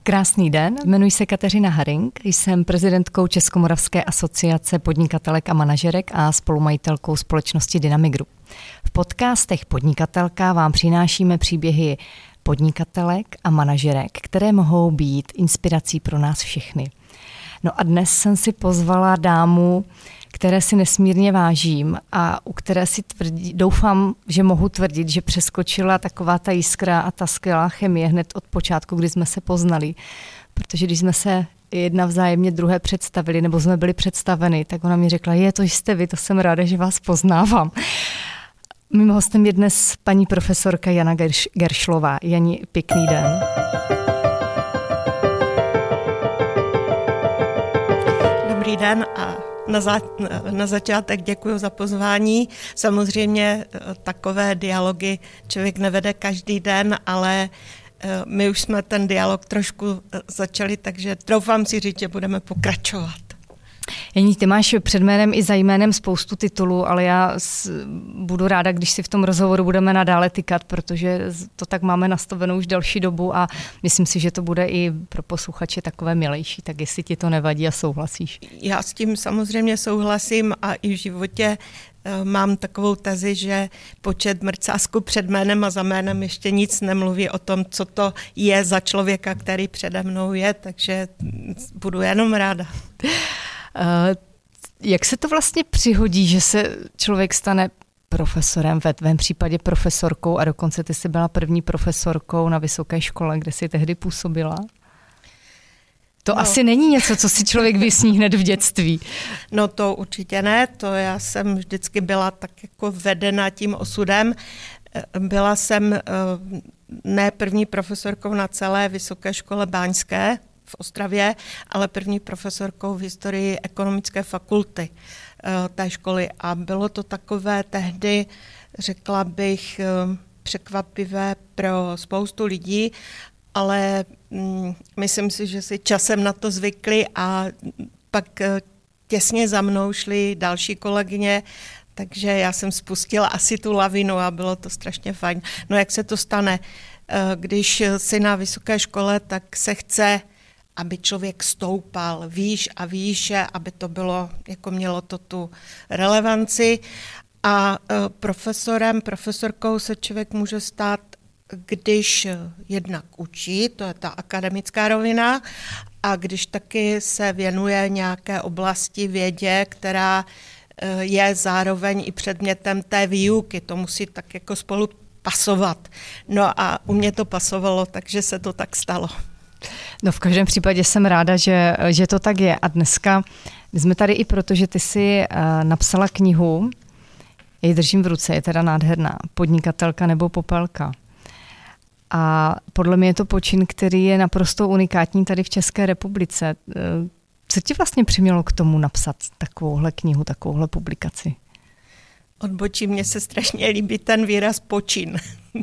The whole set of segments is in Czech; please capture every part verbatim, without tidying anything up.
Krásný den, jmenuji se Kateřina Haring, jsem prezidentkou Českomoravské asociace podnikatelek a manažerek a spolumajitelkou společnosti Dynamic Group. V podcastech Podnikatelka vám přinášíme příběhy podnikatelek a manažerek, které mohou být inspirací pro nás všechny. No a dnes jsem si pozvala dámu, které si nesmírně vážím a u které si tvrdí, doufám, že mohu tvrdit, že přeskočila taková ta jiskra a ta skvělá chemie hned od počátku, kdy jsme se poznali. Protože když jsme se jedna vzájemně druhé představili, nebo jsme byli představeni, tak ona mi řekla, je, to jste vy, to jsem ráda, že vás poznávám. Mým hostem je dnes paní profesorka Jana Gerš- Geršlová. Jani, pěkný den. Dobrý den a na, za, na začátek děkuji za pozvání. Samozřejmě takové dialogy člověk nevede každý den, ale my už jsme ten dialog trošku začali, takže doufám si říct, že budeme pokračovat. Jani, ty máš před jménem i za jménem spoustu titulů, ale já budu ráda, když si v tom rozhovoru budeme nadále tykat, protože to tak máme nastavenou už další dobu a myslím si, že to bude i pro posluchače takové milejší, tak jestli ti to nevadí a souhlasíš. Já s tím samozřejmě souhlasím a i v životě mám takovou tezi, že počet mrcásků před jménem a za jménem ještě nic nemluví o tom, co to je za člověka, který přede mnou je, takže budu jenom ráda. Uh, jak se to vlastně přihodí, že se člověk stane profesorem, ve tvém případě profesorkou a dokonce ty jsi byla první profesorkou na vysoké škole, kde jsi tehdy působila? To no. Asi není něco, co si člověk vysní hned v dětství. No to určitě ne, to já jsem vždycky byla tak jako vedena tím osudem. Byla jsem ne první profesorkou na celé vysoké škole báňské v Ostravě, ale první profesorkou v historii ekonomické fakulty té školy. A bylo to takové tehdy, řekla bych, překvapivé pro spoustu lidí, ale mm, myslím si, že si časem na to zvykli a pak těsně za mnou šly další kolegyně, takže já jsem spustila asi tu lavinu a bylo to strašně fajn. No jak se to stane? Když jsi na vysoké škole, tak se chce, aby člověk stoupal výš a výše, aby to bylo, jako mělo to tu relevanci. A profesorem, profesorkou se člověk může stát, když jednak učí, to je ta akademická rovina, a když taky se věnuje nějaké oblasti vědě, která je zároveň i předmětem té výuky, to musí tak jako spolu pasovat. No a u mě to pasovalo, takže se to tak stalo. No v každém případě jsem ráda, že, že to tak je. A dneska jsme tady i proto, že ty jsi uh, napsala knihu, já ji držím v ruce, je teda nádherná, Podnikatelka nebo popelka. A podle mě je to počin, který je naprosto unikátní tady v České republice. Co tě vlastně přimělo k tomu napsat takovouhle knihu, takovouhle publikaci? Odbočí, mně se strašně líbí ten výraz počin.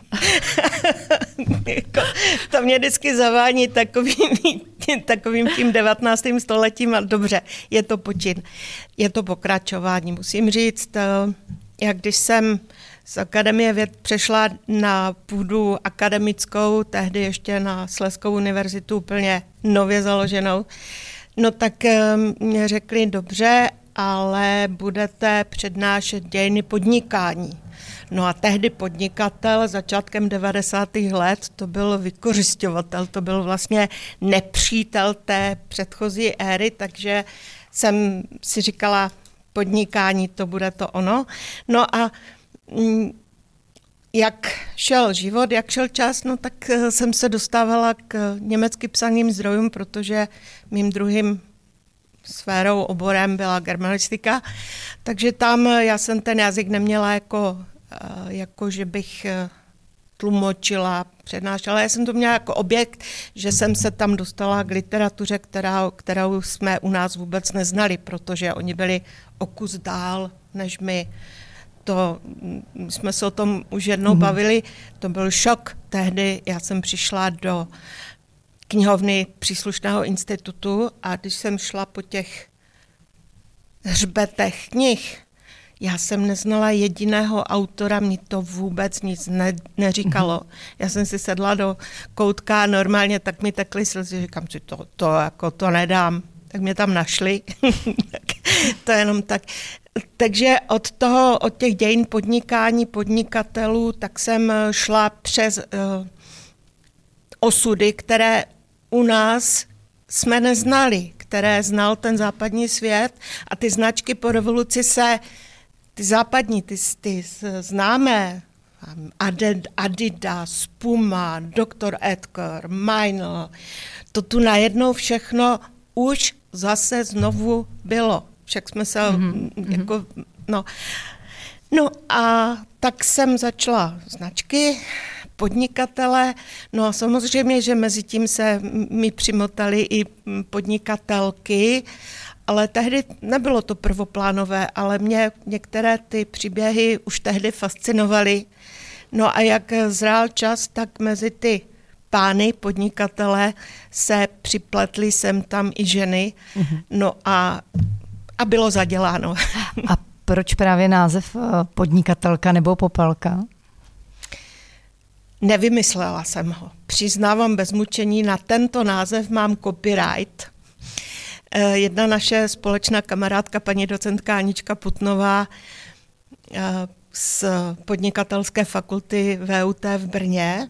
To mě vždycky zavání takovým, takovým tím devatenáctým stoletím a dobře, je to počin. Je to pokračování, musím říct, jak když jsem z Akademie věd přešla na půdu akademickou, tehdy ještě na Slezskou univerzitu úplně nově založenou, no tak mě řekli, dobře, ale budete přednášet dějiny podnikání. No a tehdy podnikatel začátkem devadesátých let, to byl vykořisťovatel, to byl vlastně nepřítel té předchozí éry, takže jsem si říkala, podnikání, to bude to ono. No a jak šel život, jak šel čas, no tak jsem se dostávala k německy psaným zdrojům, protože mým druhým sférou, oborem byla germanistika, takže tam já jsem ten jazyk neměla jako, jako že bych tlumočila, přednášela. Já jsem to měla jako objekt, že jsem se tam dostala k literatuře, která, kterou jsme u nás vůbec neznali, protože oni byli o kus dál, než my. To, jsme se o tom už jednou bavili, to byl šok. Tehdy já jsem přišla do knihovny příslušného institutu a když jsem šla po těch hřbetech knih, Já jsem neznala jediného autora, mi to vůbec nic ne, neříkalo. Já jsem si sedla do koutka a normálně tak mi tekly slzy, říkám si, to, to, jako, to nedám. Tak mě tam našli. To je jenom tak. Takže od toho, od těch dějin podnikání podnikatelů, tak jsem šla přes uh, osudy, které u nás jsme neznali, které znal ten západní svět a ty značky po revoluci se, ty západní, ty, ty známé, Adidas, Puma, doktor Edgar, Meinl, to tu najednou všechno už zase znovu bylo. Však jsme se mm-hmm. jako, no. No a tak jsem začala značky, podnikatele, no a samozřejmě, že mezi tím se mi přimotali i podnikatelky, ale tehdy nebylo to prvoplánové, ale mě některé ty příběhy už tehdy fascinovaly. No a jak zrál čas, tak mezi ty pány podnikatele se připletly sem tam i ženy, mm-hmm. no a, a bylo zaděláno. A proč právě název podnikatelka nebo popelka? Nevymyslela jsem ho. Přiznávám bez mučení, na tento název mám copyright. Jedna naše společná kamarádka, paní docentka Anička Putnová z podnikatelské fakulty V U T v Brně,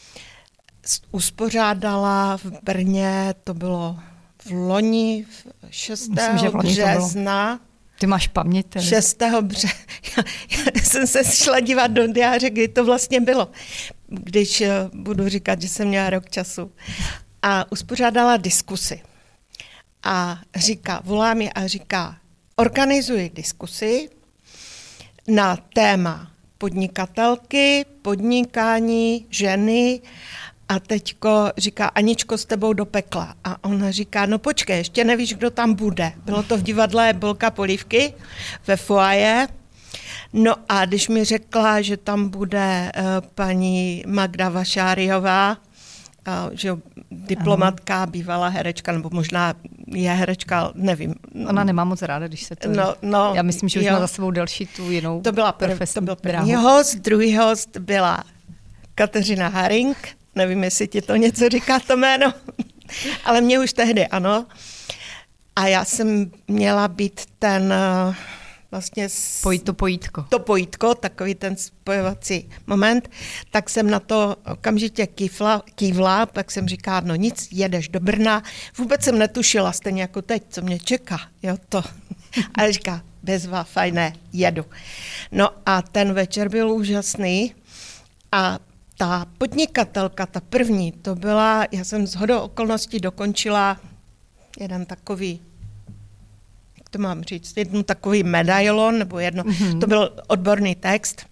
uspořádala v Brně, to bylo v loni, šestého Myslím, že března. Ty máš paměť. Tedy. šestého března. Já, já jsem se šla dívat do diáře, kdy to vlastně bylo, když budu říkat, že jsem měla rok času. A uspořádala diskusi. A říká, volá mě a říká, organizuji diskusi na téma podnikatelky, podnikání, ženy a teďko říká, Aničko, s tebou do pekla. A ona říká, no počkej, ještě nevíš, kdo tam bude. Bylo to v divadle Bolka Polívky ve foaje. No a když mi řekla, že tam bude uh, paní Magda Vašáriová, uh, že diplomatka, Aha. bývalá herečka, nebo možná je herečka, nevím. Ona nemá moc ráda, když se to... No, no, Já myslím, že už jo. má za sebou další tu jinou to byla prv, To byl první host, druhý host byla Kateřina Haring, nevím, jestli ti to něco říká, to jméno, ale mě už tehdy ano. A já jsem měla být ten vlastně... Pojít to pojítko. To pojítko, takový ten spojovací moment, tak jsem na to okamžitě kývla, kývla, tak jsem říká, no nic, jedeš do Brna. Vůbec jsem netušila, stejně jako teď, co mě čeká, jo, to. A říká, bezva, fajné, jedu. No a ten večer byl úžasný a ta podnikatelka, ta první, to byla, já jsem shodou okolností dokončila jeden takový, jak to mám říct, jednu takový medailon, nebo jedno, mm-hmm. to byl odborný text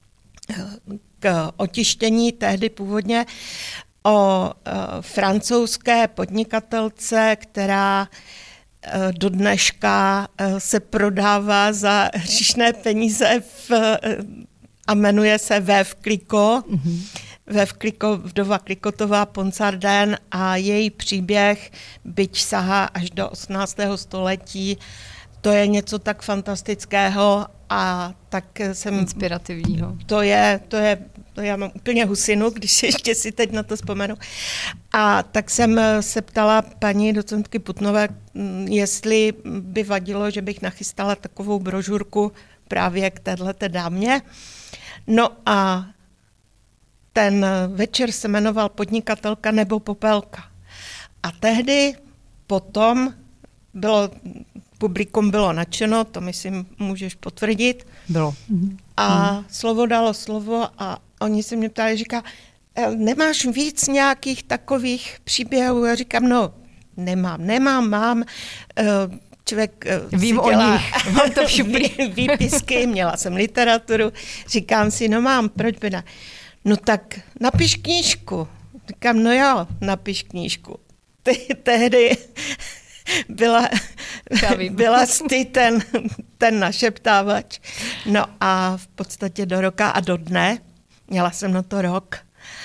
k otištění tehdy původně o uh, francouzské podnikatelce, která uh, do dneška uh, se prodává za hříšné peníze v uh, a jmenuje se Veuve Clicquot. Mm-hmm. Veuve Clicquot, vdova Clicquotová Ponsardin a její příběh, byť sahá až do osmnáctého století, to je něco tak fantastického a tak jsem... Inspirativního. To je, to je, to já mám úplně husinu, když ještě si teď na to vzpomenu. A tak jsem se ptala paní docentky Putnové, jestli by vadilo, že bych nachystala takovou brožurku právě k téhleté dámě. No a ten večer se jmenoval Podnikatelka nebo popelka. A tehdy potom bylo, publikum bylo nadšeno, to myslím můžeš potvrdit. Bylo. A mhm. slovo dalo slovo a oni se mě ptali, říká, nemáš víc nějakých takových příběhů? Já říkám, no nemám, nemám, mám... Uh, Člověk Vím o nich, mám to všuplý. Výpisky, měla jsem literaturu, říkám si, no mám, proč by ne? No tak napiš knížku. Říkám, no jo, napiš knížku. Te, tehdy byla, byla ty ten, ten našeptávač. No a v podstatě do roka a do dne, měla jsem na to rok,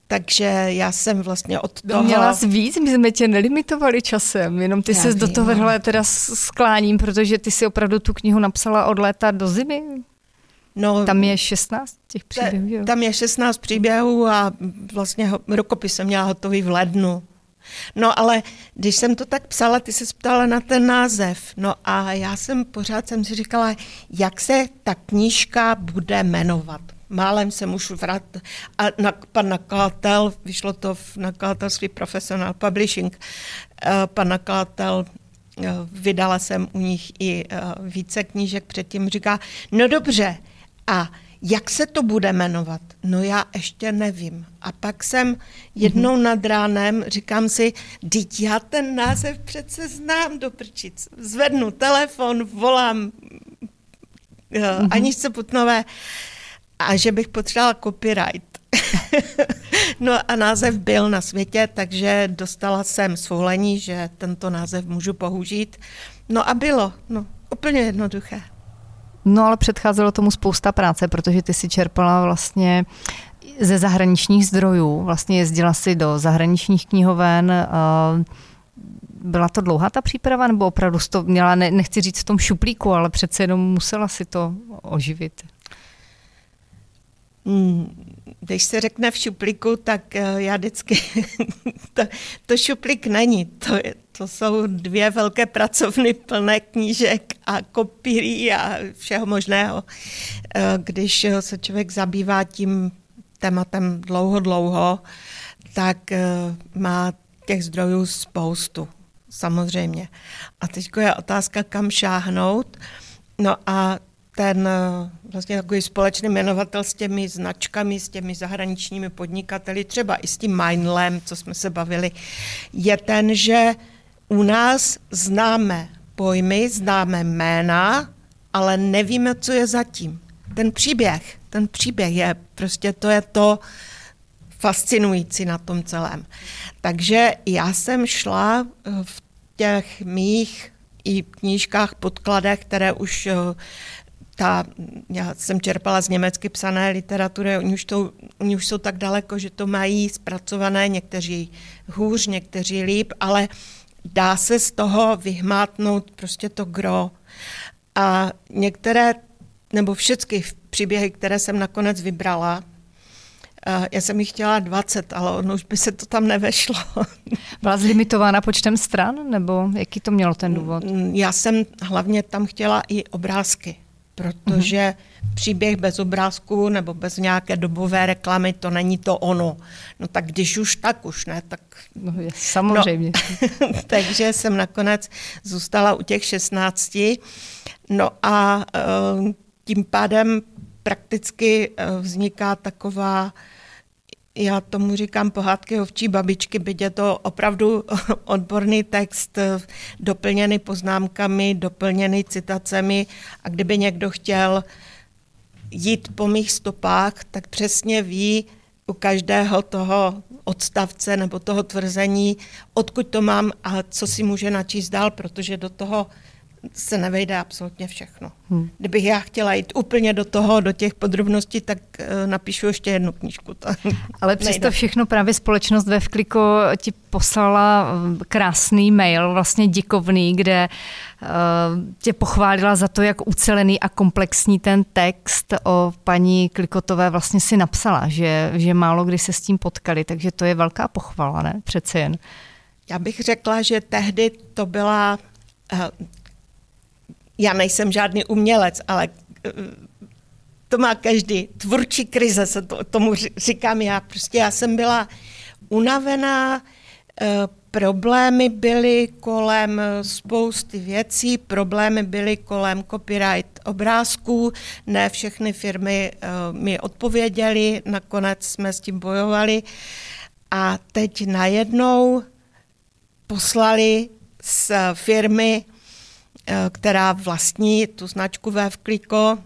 Takže já jsem vlastně od toho... Měla jsi víc, my jsme tě nelimitovali časem, jenom ty ses do toho vrhle teda skláním, protože ty si opravdu tu knihu napsala od léta do zimy. No, tam je šestnáct těch příběhů, jo? Tam je šestnáct příběhů a vlastně rukopis jsem měla hotový v lednu. No ale když jsem to tak psala, ty se ptala na ten název. No a já jsem pořád jsem si říkala, jak se ta knížka bude jmenovat. Málem jsem už vrat a na, pan nakladatel, vyšlo to v nakladatelství Professional Publishing, pan nakladatel, vydala jsem u nich i více knížek předtím, říká, no dobře, a jak se to bude jmenovat? No já ještě nevím. A pak jsem jednou nad ránem, říkám si, teď já ten název přece znám do prčic. Zvednu telefon, volám mm-hmm. Aničce Putnové, a že bych potřebovala copyright. No a název byl na světě, takže dostala jsem svolení, že tento název můžu použít. No a bylo, no, úplně jednoduché. No ale předcházelo tomu spousta práce, protože ty si čerpala vlastně ze zahraničních zdrojů, vlastně jezdila si do zahraničních knihoven. Byla to dlouhá ta příprava, nebo opravdu jsi to měla, nechci říct v tom šuplíku, ale přece jenom musela si to oživit? Když se řekne v šuplíku, tak já vždycky, to, to šuplík není, to, je, to jsou dvě velké pracovny plné knížek a kopírí a všeho možného. Když se člověk zabývá tím tématem dlouho, dlouho, tak má těch zdrojů spoustu, samozřejmě. A teď je otázka, kam šáhnout. No a ten vlastně takový společný jmenovatel s těmi značkami, s těmi zahraničními podnikateli, třeba i s tím Mindlem, co jsme se bavili, je ten, že u nás známe pojmy, známe jména, ale nevíme, co je zatím. Ten příběh, ten příběh je prostě, to je to fascinující na tom celém. Takže já jsem šla v těch mých i knížkách, podkladech, které už ta, já jsem čerpala z německy psané literatury, oni už, to, oni už jsou tak daleko, že to mají zpracované, někteří hůř, někteří líp, ale dá se z toho vyhmátnout prostě to gro. A některé, nebo všechny příběhy, které jsem nakonec vybrala, já jsem jich chtěla dvacet, ale ono už by se to tam nevešlo. Byla zlimitována počtem stran, nebo jaký to mělo ten důvod? Já jsem hlavně tam chtěla i obrázky, protože uh-huh. příběh bez obrázku nebo bez nějaké dobové reklamy, to není to ono. No tak když už, tak už ne. Tak... No je, samozřejmě. No, takže jsem nakonec zůstala u těch šestnácti. No a uh, tím pádem prakticky uh, vzniká taková, já tomu říkám pohádky ovčí babičky, byť je to opravdu odborný text, doplněný poznámkami, doplněný citacemi, a kdyby někdo chtěl jít po mých stopách, tak přesně ví u každého toho odstavce nebo toho tvrzení, odkud to mám a co si může načíst dál, protože do toho se nevejde absolutně všechno. Hmm. Kdybych já chtěla jít úplně do toho, do těch podrobností, tak uh, napíšu ještě jednu knížku. Ale přesto všechno právě společnost Vevkliko ti poslala krásný mail, vlastně děkovný, kde uh, tě pochválila za to, jak ucelený a komplexní ten text o paní Klikotové vlastně si napsala, že, že málo kdy se s tím potkali, takže to je velká pochvala, ne? Přece jen. Já bych řekla, že tehdy to byla... Uh, Já nejsem žádný umělec, ale to má každý. Tvůrčí krize se to, tomu říkám já. Prostě já jsem byla unavená, problémy byly kolem spousty věcí, problémy byly kolem copyright obrázků, ne všechny firmy mi odpověděly, nakonec jsme s tím bojovali a teď najednou poslali z firmy, která vlastní tu značku Vevkliko,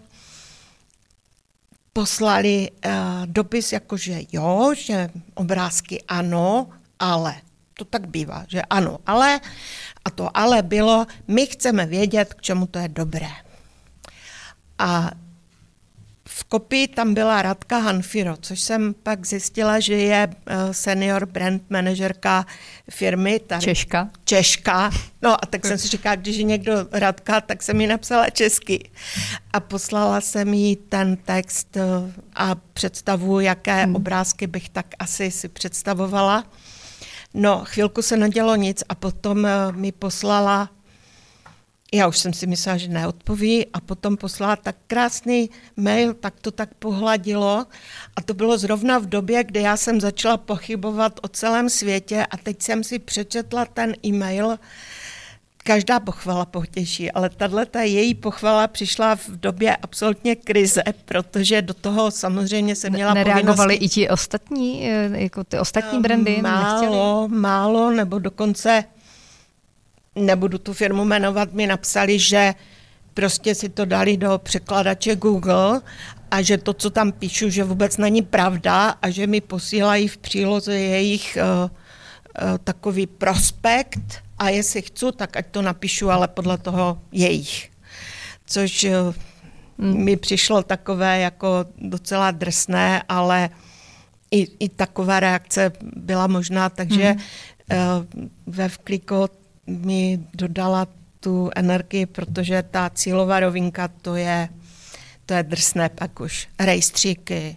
poslali uh, dopis jakože jo, že obrázky ano, ale. To tak bývá, že ano, ale. A to ale bylo, my chceme vědět, k čemu to je dobré. A v kopii tam byla Radka Hanfiro, což jsem pak zjistila, že je senior brand manažerka firmy. Tady, Češka. Češka. No a tak jsem si říkala, když je někdo Radka, tak jsem jí napsala česky. A poslala jsem jí ten text a představu, jaké hmm. obrázky bych tak asi si představovala. No, chvilku se nedělo nic a potom mi poslala, já už jsem si myslela, že neodpoví, a potom poslala tak krásný mail, tak to tak pohladilo a to bylo zrovna v době, kdy já jsem začala pochybovat o celém světě a teď jsem si přečetla ten e-mail. Každá pochvala potěší, ale tato její pochvala přišla v době absolutně krize, protože do toho samozřejmě se měla Nereagovali povinnosti... i ti ostatní, jako ty ostatní brandy? Málo, nechtěli? málo, nebo dokonce, nebudu tu firmu jmenovat, mi napsali, že prostě si to dali do překladače Google a že to, co tam píšu, že vůbec není pravda a že mi posílají v příloze jejich uh, uh, takový prospekt a jestli chci, tak ať to napíšu, ale podle toho jejich. Což uh, hmm. mi přišlo takové jako docela drsné, ale i, i taková reakce byla možná, takže hmm. uh, ve Vkliko mi dodala tu energii, protože ta cílová rovinka, to je, to je drsné pak už. Rejstříky.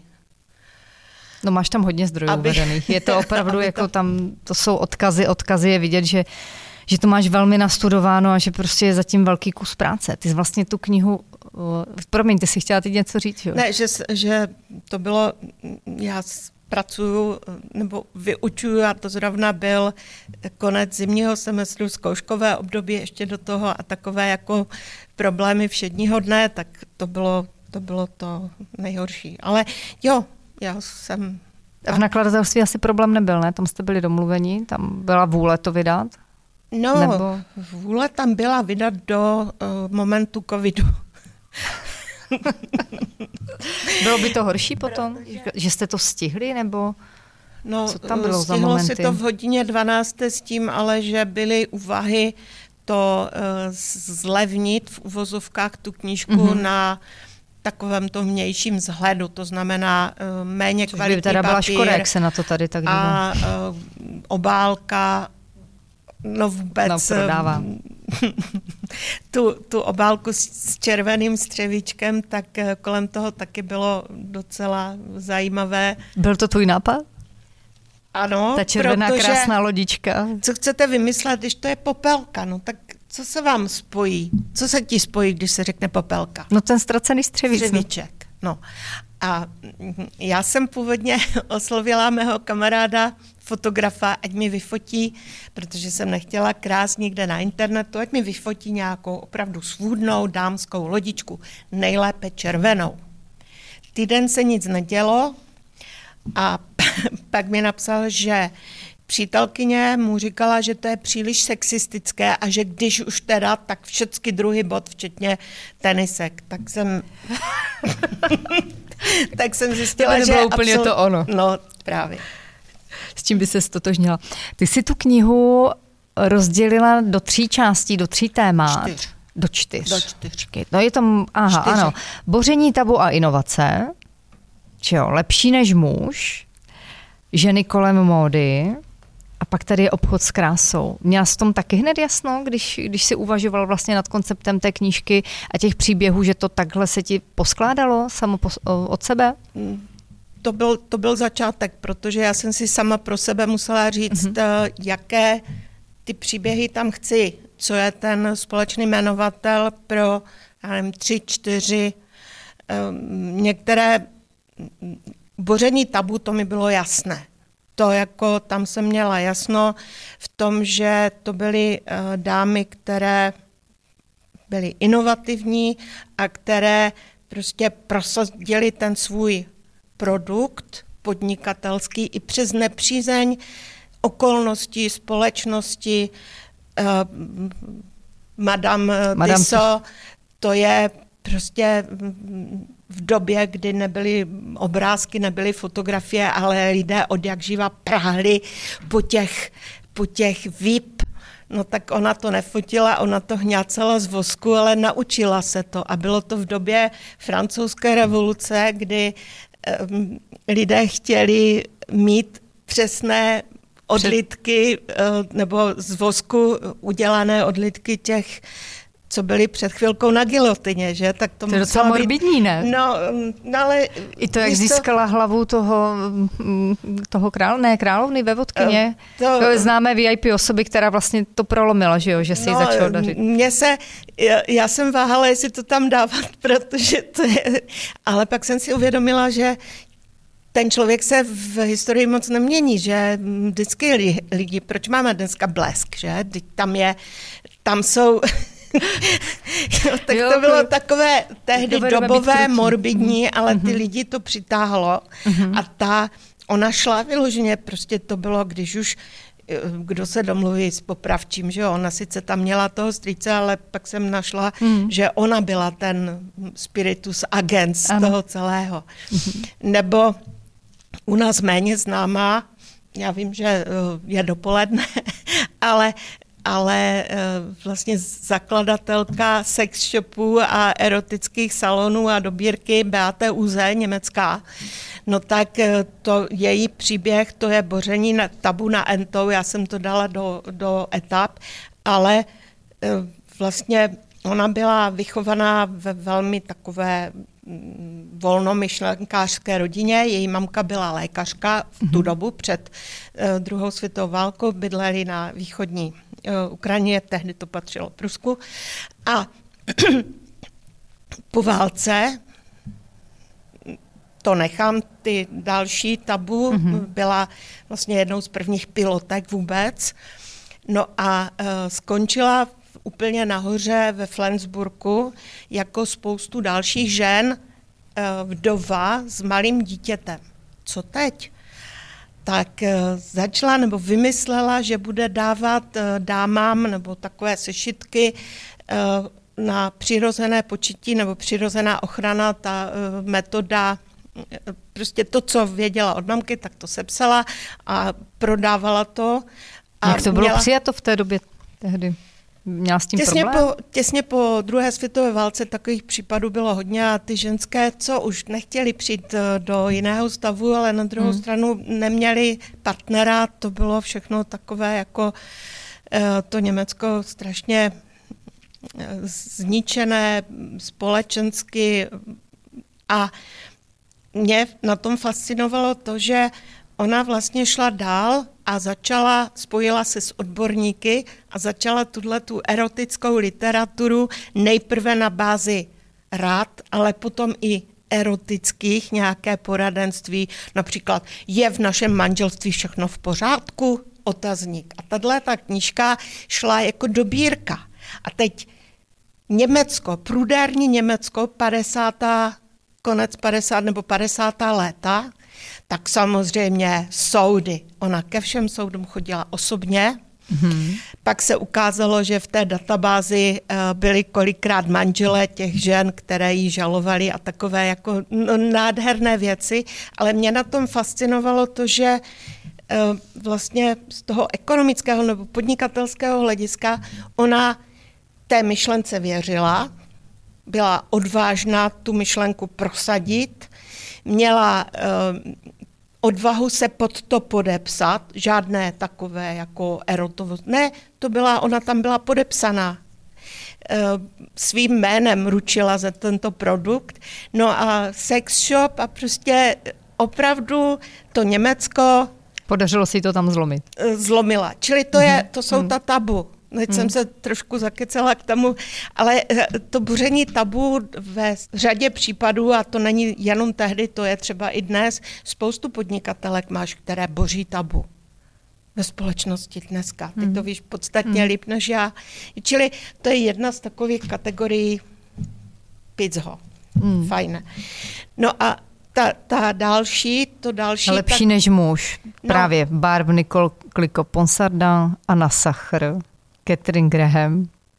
No máš tam hodně zdrojů aby, vedených. Je to opravdu, jako to... tam, to jsou odkazy, odkazy je vidět, že, že to máš velmi nastudováno a že prostě je zatím velký kus práce. Ty jsi vlastně tu knihu, promiň, ty jsi chtěla teď něco říct, jo? Ne, že, že to bylo, já pracuju nebo vyučuju a to zrovna byl konec zimního semestru, zkouškové období ještě do toho a takové jako problémy všedního dne, tak to bylo to, bylo to nejhorší. Ale jo, já jsem... V nakladatelství asi problém nebyl, ne? Tam jste byli domluveni, tam byla vůle to vydat? No, nebo... vůle tam byla vydat do uh, momentu covidu. Bylo by to horší potom, že jste to stihli, nebo no, co tam bylo za momenty? No, momenty? si to v hodině dvanácté s tím, ale že byly úvahy to uh, zlevnit v uvozovkách tu knížku mm-hmm. na takovém tom vnějším vzhledu, to znamená uh, méně Což kvalitní by teda byla papír škoda, jak se na to tady tak a uh, obálka, no vůbec... No, prodává. tu, tu obálku s červeným střevíčkem, tak kolem toho taky bylo docela zajímavé. Byl to tvůj nápad? Ano, ta červená protože, krásná lodička. Co chcete vymyslet, když to je popelka, no tak co se vám spojí? Co se ti spojí, když se řekne popelka? No ten ztracený střevíč. Střevíček, no. A já jsem původně oslovila mého kamaráda, fotografa, ať mi vyfotí, protože jsem nechtěla krást někde na internetu, ať mi vyfotí nějakou opravdu svůdnou dámskou lodičku, nejlépe červenou. Týden se nic nedělo a pak mi napsal, že přítelkyně mu říkala, že to je příliš sexistické a že když už teda, tak všechny druhy bod, včetně tenisek. Tak jsem... tak jsem zjistila, to že... To úplně absolut... to ono. No, právě. S čím by se stotožnila. Ty si tu knihu rozdělila do tří částí, do tří témat. Čtyř. Do čtyř. Do čtyř. No je tam, aha, Čtyři. ano. Boření tabu a inovace, či jo, lepší než muž, ženy kolem módy a pak tady je obchod s krásou. Měla jsi tom taky hned jasno, když, když si uvažoval vlastně nad konceptem té knížky a těch příběhů, že to takhle se ti poskládalo samo pos, od sebe? To byl, to byl začátek, protože já jsem si sama pro sebe musela říct, mm-hmm. jaké ty příběhy tam chci, co je ten společný jmenovatel pro, já nevím, tři, čtyři, um, některé boření tabu, to mi bylo jasné. To jako, tam jsem měla jasno v tom, že to byly uh, dámy, které byly inovativní a které prostě prosadily ten svůj produkt podnikatelský i přes nepřízeň okolností, společnosti. Uh, Madame, Madame Tissot, to je prostě v době, kdy nebyly obrázky, nebyly fotografie, ale lidé od jak živa prahli po těch, po těch V I P No tak ona to nefotila, ona to hňácela z vosku, ale naučila se to. A bylo to v době francouzské revoluce, kdy um, lidé chtěli mít přesné odlitky uh, nebo z vosku udělané odlitky těch, co byli před chvilkou na gilotině, že? Tak to, to je docela morbidní, ne? No, no ale... I to, jak získala to... hlavu toho, toho král, ne, královny vévodkyně. To... to je známé V I P osoby, která vlastně to prolomila, že jo, že si no, ji začalo dařit. Mně se, já, já jsem váhala, jestli to tam dávat, protože to je... Ale pak jsem si uvědomila, že ten člověk se v historii moc nemění, že vždycky lidi, proč máme dneska blesk, že? Tam je, tam jsou... No, tak jo, to bylo takové tehdy dobové, morbidní, ale ty lidi to přitáhlo a ta, ona šla vyloženě, prostě to bylo, když už kdo se domluví s popravčím, že jo, ona sice tam měla toho strýce, ale pak jsem našla, mm. že ona byla ten spiritus agent z ano. toho celého. Mm-hmm. Nebo u nás méně známá, já vím, že je dopoledne, ale ale vlastně zakladatelka sex shopů a erotických salonů a dobírky Beate Uhse, německá. No tak to její příběh, to je boření na, tabu na entou, já jsem to dala do, do etap, ale vlastně ona byla vychovaná ve velmi takové volnomyšlenkářské rodině. Její mamka byla lékařka v tu dobu před druhou světovou válkou, bydleli na východní Ukrajině, tehdy to patřilo Prusku. A po válce, to nechám, ty další tabu, mm-hmm. byla vlastně jednou z prvních pilotek vůbec. No a uh, skončila úplně nahoře ve Flensburgu jako spoustu dalších žen uh, vdova s malým dítětem. Co teď? Tak uh, začala nebo vymyslela, že bude dávat uh, dámám nebo takové sešitky uh, na přirozené početí nebo přirozená ochrana, ta uh, metoda, uh, prostě to, co věděla od mamky, tak to sepsala a prodávala to. A jak to bylo měla... přijato v té době tehdy? Měla s tím těsně problém? Po, těsně po druhé světové válce takových případů bylo hodně a ty ženské, co už nechtěli přijít do jiného stavu, ale na druhou hmm. stranu neměli partnera, to bylo všechno takové jako to Německo strašně zničené společensky a mě na tom fascinovalo to, že ona vlastně šla dál a začala, spojila se s odborníky a začala tuhletu erotickou literaturu nejprve na bázi rád, ale potom i erotických nějaké poradenství, například je v našem manželství všechno v pořádku? Otazník. A tahle ta knížka šla jako dobírka. A teď Německo, prudérní Německo, padesátá konec padesátých nebo padesátá léta, tak samozřejmě soudy. Ona ke všem soudům chodila osobně. Mm-hmm. Pak se ukázalo, že v té databázi uh, byly kolikrát manželé těch žen, které jí žalovali a takové jako no, nádherné věci. Ale mě na tom fascinovalo to, že uh, vlastně z toho ekonomického nebo podnikatelského hlediska ona té myšlence věřila, byla odvážná tu myšlenku prosadit, měla uh, odvahu se pod to podepsat, žádné takové jako erotovost. Ne, to byla, ona tam byla podepsaná. Uh, svým jménem ručila za tento produkt. No a sex shop a prostě opravdu to Německo... Podařilo si to tam zlomit. Uh, zlomila. Čili to, je, to jsou ta tabu. Teď hmm. jsem se trošku zakecela k tomu, ale to boření tabu ve řadě případů, a to není jenom tehdy, to je třeba i dnes, spoustu podnikatelek máš, které boří tabu ve společnosti dneska. Ty hmm. to víš podstatně hmm. líp než já. Čili to je jedna z takových kategorií pizho. Hmm. Fajné. No a ta, ta další, to další... Lepší tak... než muž. Právě no. Barb Nicole Clicquot Ponsardin, Anna Sacher, Katharine Graham.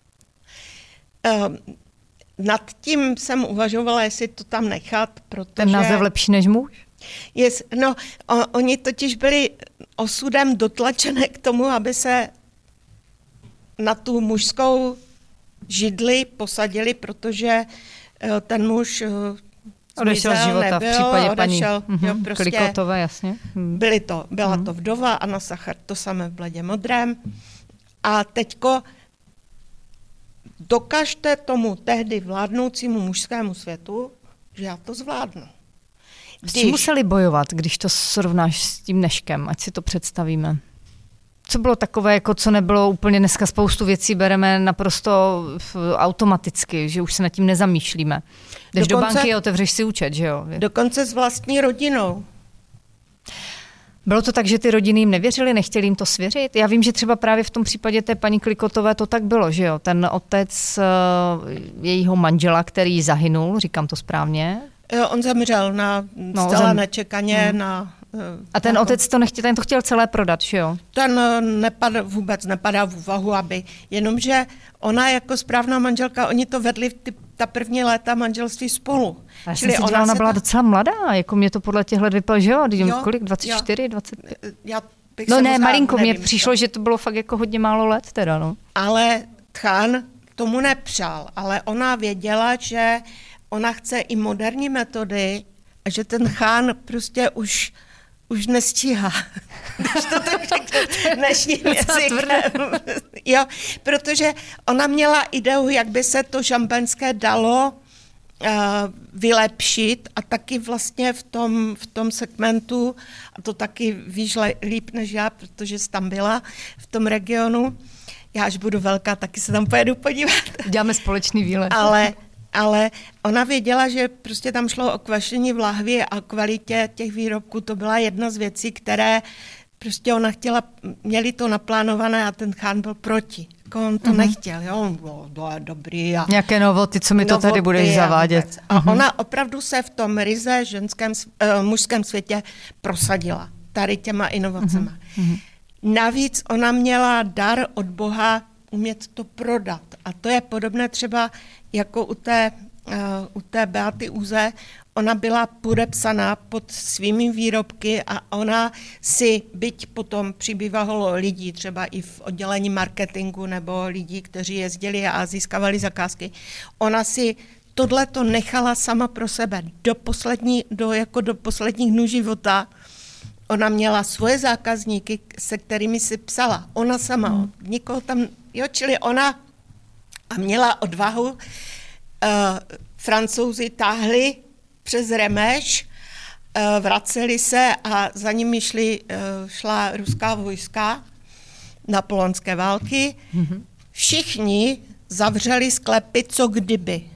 Uh, nad tím jsem uvažovala, jestli to tam nechat, protože... Ten název lepší než muž? Yes, no, o, oni totiž byli osudem dotlačené k tomu, aby se na tu mužskou židli posadili, protože ten muž odešel z života nebyl, v případě odešel, paní jo, prostě Klikotové, jasně. Hmm. Byly to, byla hmm. to vdova, Anna Sachar, to samé v Bledě modrém. A teďko dokažte tomu tehdy vládnoucímu mužskému světu, že já to zvládnu. S čím museli bojovat, když to srovnáš s tím dneškem, ať si to představíme? Co bylo takové, jako co nebylo úplně dneska spoustu věcí bereme naprosto automaticky, že už se nad tím nezamýšlíme. Jdeš do banky a otevřeš si účet, že jo? Dokonce s vlastní rodinou. Bylo to tak, že ty rodiny jim nevěřili, nechtěli jim to svěřit? Já vím, že třeba právě v tom případě té paní Klikotové to tak bylo, že jo? Ten otec jejího manžela, který zahynul, říkám to správně? Jo, on zemřel na no, zcela zem... nečekaně hmm. na... A ten otec to nechtěl, ten to chtěl celé prodat, že jo? Ten nepad, vůbec nepadá v úvahu, aby, jenomže ona jako správná manželka, oni to vedli ty, ta první léta manželství spolu. A já jsem si dělala, ona byla ta... docela mladá, jako mě to podle těchto let vypadalo, že jo? jo kolik, dvacet čtyři, dvacet pět? Já bych no ne, možná, malinko, nevím, mně přišlo, to. Že to bylo fakt jako hodně málo let teda, no. Ale Tchán tomu nepřál, ale ona věděla, že ona chce i moderní metody a že ten Chán prostě už už nestíhá, když to tak řeknu dnešním jazykem. Jo, protože ona byla ideu, jak by se to šampaňské dalo uh, vylepšit a taky vlastně v tom, v tom segmentu, a to taky víš líp než já, protože jsi tam byla v tom regionu, já až budu velká, taky se tam pojedu podívat. Děláme společný výlet. Ale Ale ona věděla, že prostě tam šlo o kvašení v lahvi a kvalitě těch výrobků. To byla jedna z věcí, které prostě ona chtěla, měli to naplánované a ten Chán byl proti. Jako on to mm-hmm. nechtěl, jo, on byl to je dobrý. A nějaké novoty, co mi to tady budeš zavádět. A, a ona opravdu se v tom ryze ženském, uh, mužském světě prosadila tady těma inovacemi. Mm-hmm. Navíc ona měla dar od Boha umět to prodat. A to je podobné třeba jako u té, uh, u té Beaty Uhse. Ona byla podepsaná pod svými výrobky a ona si, byť potom přibývalo lidí, třeba i v oddělení marketingu nebo lidí, kteří jezdili a získávali zakázky, ona si tohleto nechala sama pro sebe do, poslední, do, jako do posledních dnů života. Ona měla svoje zákazníky, se kterými si psala. Ona sama, hmm. nikoho tam, jo, čili ona a měla odvahu. Uh, Francouzi táhli přes Remeš, uh, vraceli se a za nimi šli, uh, šla ruská vojska napoleonské války. Hmm. Všichni zavřeli sklepy, co kdyby.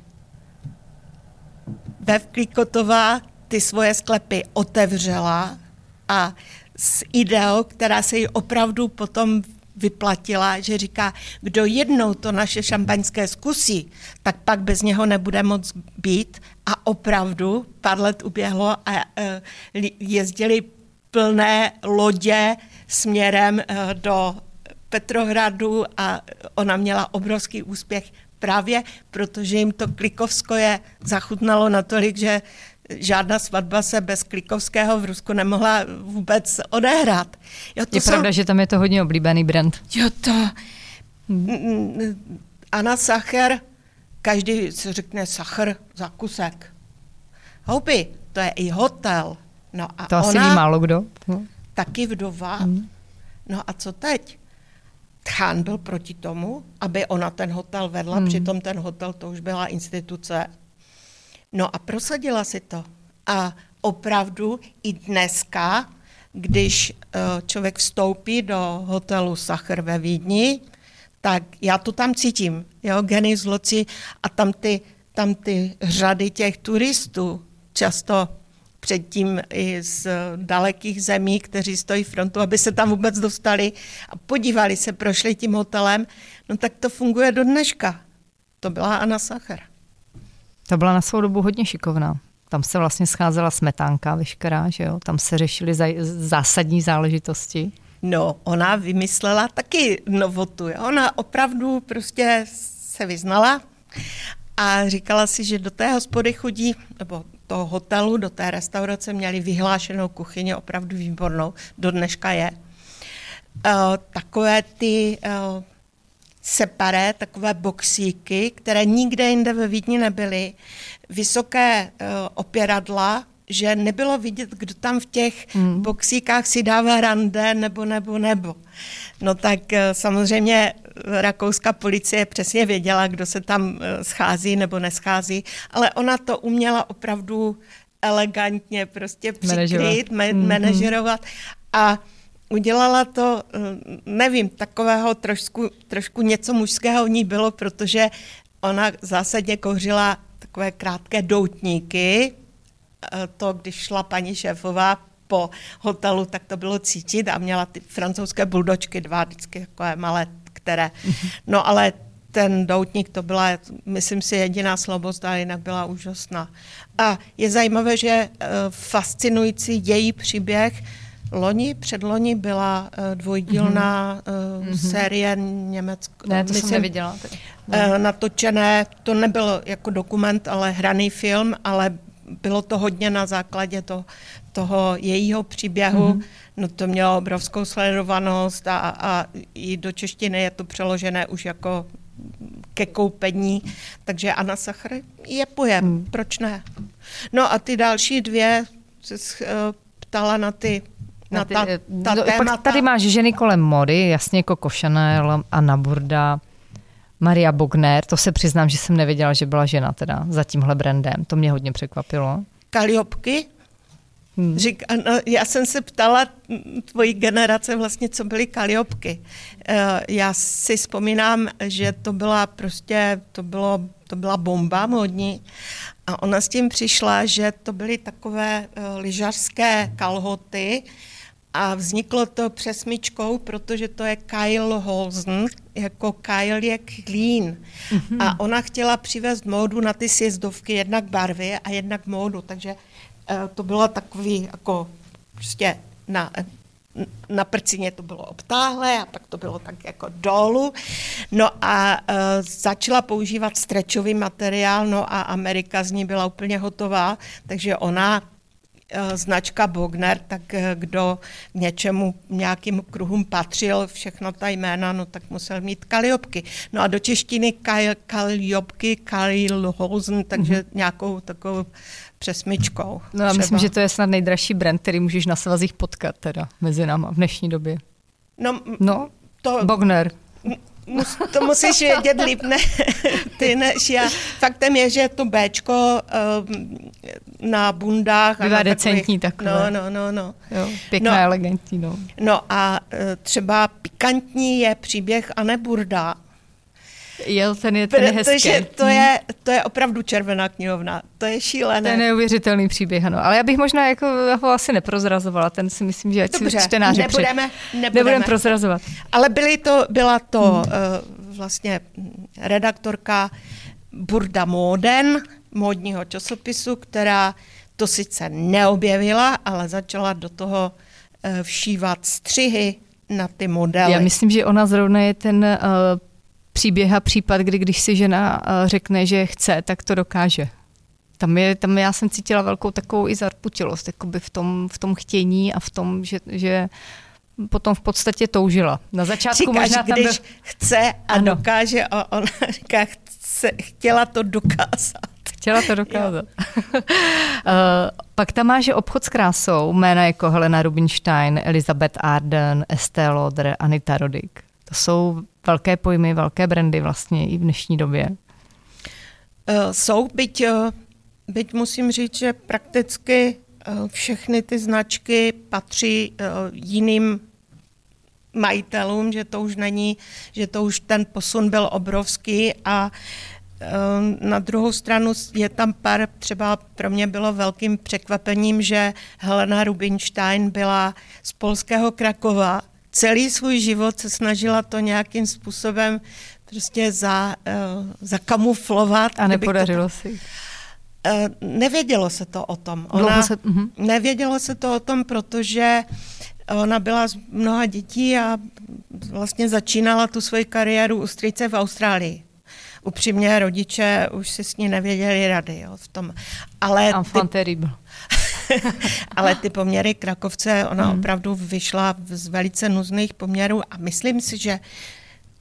Bev Klikotová ty svoje sklepy otevřela a s ideou, která se jí opravdu potom vyplatila, že říká, kdo jednou to naše šampaňské zkusí, tak pak bez něho nebude moc být. A opravdu pár let uběhlo a jezdili plné lodě směrem do Petrohradu a ona měla obrovský úspěch právě, protože jim to Klikovskoje zachutnalo natolik, že žádná svatba se bez Klikovského v Rusku nemohla vůbec odehrát. Jo, to je jsou... pravda, že tam je to hodně oblíbený brand. Jo, to... Hmm. Anna Sachar, každý se řekne Sachar za kusek. Houby, to je i hotel. No a to asi ví málo kdo. No. Taky vdova. Hmm. No a co teď? Tchán byl proti tomu, aby ona ten hotel vedla, hmm. přitom ten hotel to už byla instituce. No a prosadila si to. A opravdu i dneska, když uh, člověk vstoupí do hotelu Sachar ve Vídni, tak já to tam cítím, jo, Genius Loci a tam ty, tam ty řady těch turistů, často předtím i z dalekých zemí, kteří stojí frontu, aby se tam vůbec dostali a podívali se, prošli tím hotelem, no tak to funguje do dneška. To byla Anna Sachar. Ta byla na svou dobu hodně šikovná. Tam se vlastně scházela smetánka veškerá, že jo? Tam se řešily zásadní záležitosti. No, ona vymyslela taky novotu. Jo? Ona opravdu prostě se vyznala a říkala si, že do té hospody chodí, nebo toho hotelu, do té restaurace měli vyhlášenou kuchyni, opravdu výbornou, do dneška je. Uh, takové ty uh, separé, takové boxíky, které nikde jinde ve Vídni nebyly, vysoké uh, opěradla, že nebylo vidět, kdo tam v těch hmm. boxíkách si dává rande nebo, nebo, nebo. No tak uh, samozřejmě rakouská policie přesně věděla, kdo se tam uh, schází nebo neschází, ale ona to uměla opravdu elegantně prostě přikrýt, me- mm-hmm. manažerovat a udělala to, nevím, takového trošku, trošku něco mužského v ní bylo, protože ona zásadně kouřila takové krátké doutníky. To, když šla paní šéfová po hotelu, tak to bylo cítit a měla ty francouzské buldočky, dva vždycky takové malé, které. No ale ten doutník, to byla, myslím si, jediná slabost a jinak byla úžasná. A je zajímavé, že fascinující její příběh loni, předloni byla dvojdílná mm-hmm. série Německo. Ne, to myslím, jsem neviděla. Ne. Natočené, to nebylo jako dokument, ale hraný film, ale bylo to hodně na základě to, toho jejího příběhu. Mm-hmm. No to mělo obrovskou sledovanost a, a i do češtiny je to přeložené už jako ke koupení, takže Anna Sachr je pojem, hmm. proč ne? No a ty další dvě se ptala na ty na, na ty, ta, ta no, témata. Pak tady máš ženy kolem mody, jasně jako Coco Chanel, Anna Burda, Maria Bogner, to se přiznám, že jsem nevěděla, že byla žena teda za tímhle brandem, to mě hodně překvapilo. Kaliopky? Hmm. Řík, no, já jsem se ptala tvojí generace vlastně, co byly Kaliopky. Já si vzpomínám, že to byla prostě, to, bylo, to byla bomba módní a ona s tím přišla, že to byly takové lyžařské kalhoty a vzniklo to přesmičkou, protože to je Kyle Holzen, jako Kyle je clean. Mm-hmm. A ona chtěla přivést módu na ty sjezdovky, jednak barvy a jednak módu, takže to bylo takový jako prostě na, na prcině to bylo obtáhlé a pak to bylo tak jako dolů. No a uh, začala používat stretchový materiál, no a Amerika z ní byla úplně hotová, takže ona značka Bogner, tak kdo k něčemu, nějakým kruhům patřil, všechno ta jména, no tak musel mít Kaliopky. No a do češtiny Kaliopky, Kyle Holzen, takže mm-hmm. nějakou takovou přesmičkou. No a myslím, že to je snad nejdražší brand, který můžeš na svazích potkat teda mezi náma v dnešní době. No, no to... Bogner. Mus, to musíš vědět líp, ne, ty než já. Faktem je, že to béčko um, na bundách. Bývá decentní takové. No, no, no. no. Jo, pěkná, no, elegantní. No. no a uh, třeba pikantní je příběh Anny Burda. Jo, ten je, ten je hezký. Protože to je, to je opravdu červená knihovna. To je šílené. To je neuvěřitelný příběh, ano. Ale já bych možná jako ho asi neprozrazovala. Ten si myslím, že ať Dobře, si čtenáři nebudeme, před... nebudeme. nebudeme prozrazovat. Ale byly to, byla to hmm. uh, vlastně redaktorka Burda Moden, módního časopisu, která to sice neobjevila, ale začala do toho uh, všívat střihy na ty modely. Já myslím, že ona zrovna je ten... Uh, příběh a případ, kdy když si žena řekne, že chce, tak to dokáže. Tam, je, tam já jsem cítila velkou takovou i zarputilost jakoby v tom, v tom chtění a v tom, že, že potom v podstatě toužila. Na začátku Říkáš, možná tam když byl... chce a ano. dokáže, a ona říká, chce, chtěla to dokázat. Chtěla to dokázat. uh, pak tam máš obchod s krásou, jména jako Helena Rubinstein, Elizabeth Arden, Estée Lauder, Anita Roddick. To jsou velké pojmy, velké brandy vlastně i v dnešní době. Uh, jsou, byť, uh, byť musím říct, že prakticky uh, všechny ty značky patří uh, jiným majitelům, že to už není, že to už ten posun byl obrovský a uh, na druhou stranu je tam pár, třeba pro mě bylo velkým překvapením, že Helena Rubinstein byla z polského Krakova. Celý svůj život se snažila to nějakým způsobem prostě za, uh, zakamuflovat. A nepodařilo to, si. Uh, nevědělo se to o tom. Ona, se, uh-huh. Nevědělo se to o tom, protože ona byla z mnoha dětí a vlastně začínala tu svoji kariéru u strýce v Austrálii. Upřímně rodiče už si s ní nevěděli rady. Jo, v tom. Ale Enfant terrible. Ale ty poměry Krakovce, ona hmm. opravdu vyšla z velice nuzných poměrů a myslím si, že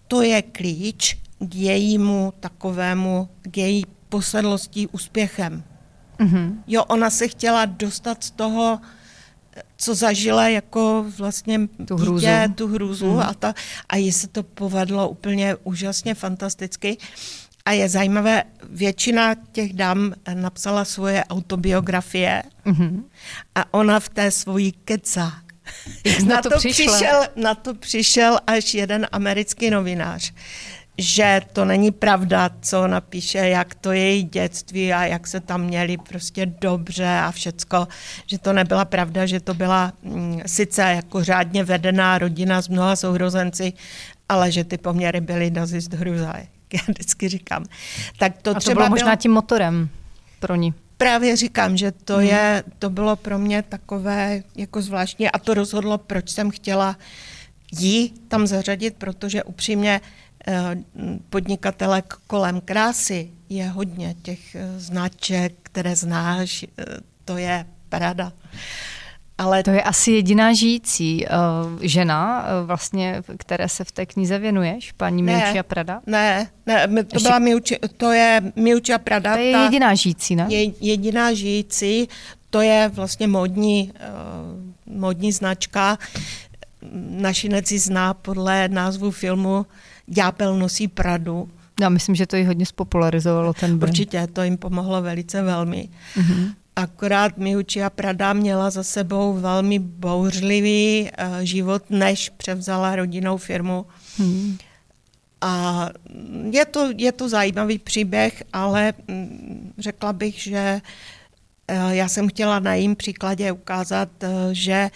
to je klíč k jejímu takovému, k její posedlosti úspěchem. Mm-hmm. Jo, ona se chtěla dostat z toho, co zažila jako vlastně tu hrůzu, dítě, tu hrůzu mm. a, ta, a jí se to povedlo úplně úžasně fantasticky. A je zajímavé, většina těch dam napsala svoje autobiografie mm-hmm. a ona v té svojí kecá. Na, na, to to přišel, na to přišel až jeden americký novinář, že to není pravda, co napíše, jak to je její dětství a jak se tam měli prostě dobře a všecko, že to nebyla pravda, že to byla mm, sice jako řádně vedená rodina s mnoha sourozenci, ale že ty poměry byly dazist hruzaj, já vždycky říkám. Tak to, a to třeba bylo možná bylo... tím motorem pro ní. Právě říkám, že to, hmm. je, to bylo pro mě takové jako zvláštní a to rozhodlo, proč jsem chtěla jí tam zařadit, protože upřímně podnikatelek kolem krásy je hodně těch značek, které znáš, to je paráda. Ale to je asi jediná žijící uh, žena, uh, vlastně, které se v té knize věnuješ, paní Miuccia Prada? Ne, ne, to, Ještě... byla Miuccia, to je Miuccia Prada. To je ta jediná žijící, ne? Je jediná žijící, to je vlastně módní, uh, módní značka. Našinec ji zná podle názvu filmu Ďábel nosí Pradu. Já myslím, že to ji hodně spopularizovalo ten brand. Určitě, to jim pomohlo velice velmi. Mm-hmm. Akorát Miuccia Prada měla za sebou velmi bouřlivý uh, život, než převzala rodinnou firmu. Mm. A je to, je to zajímavý příběh, ale mm, řekla bych, že uh, já jsem chtěla na jejím příkladě ukázat, uh, že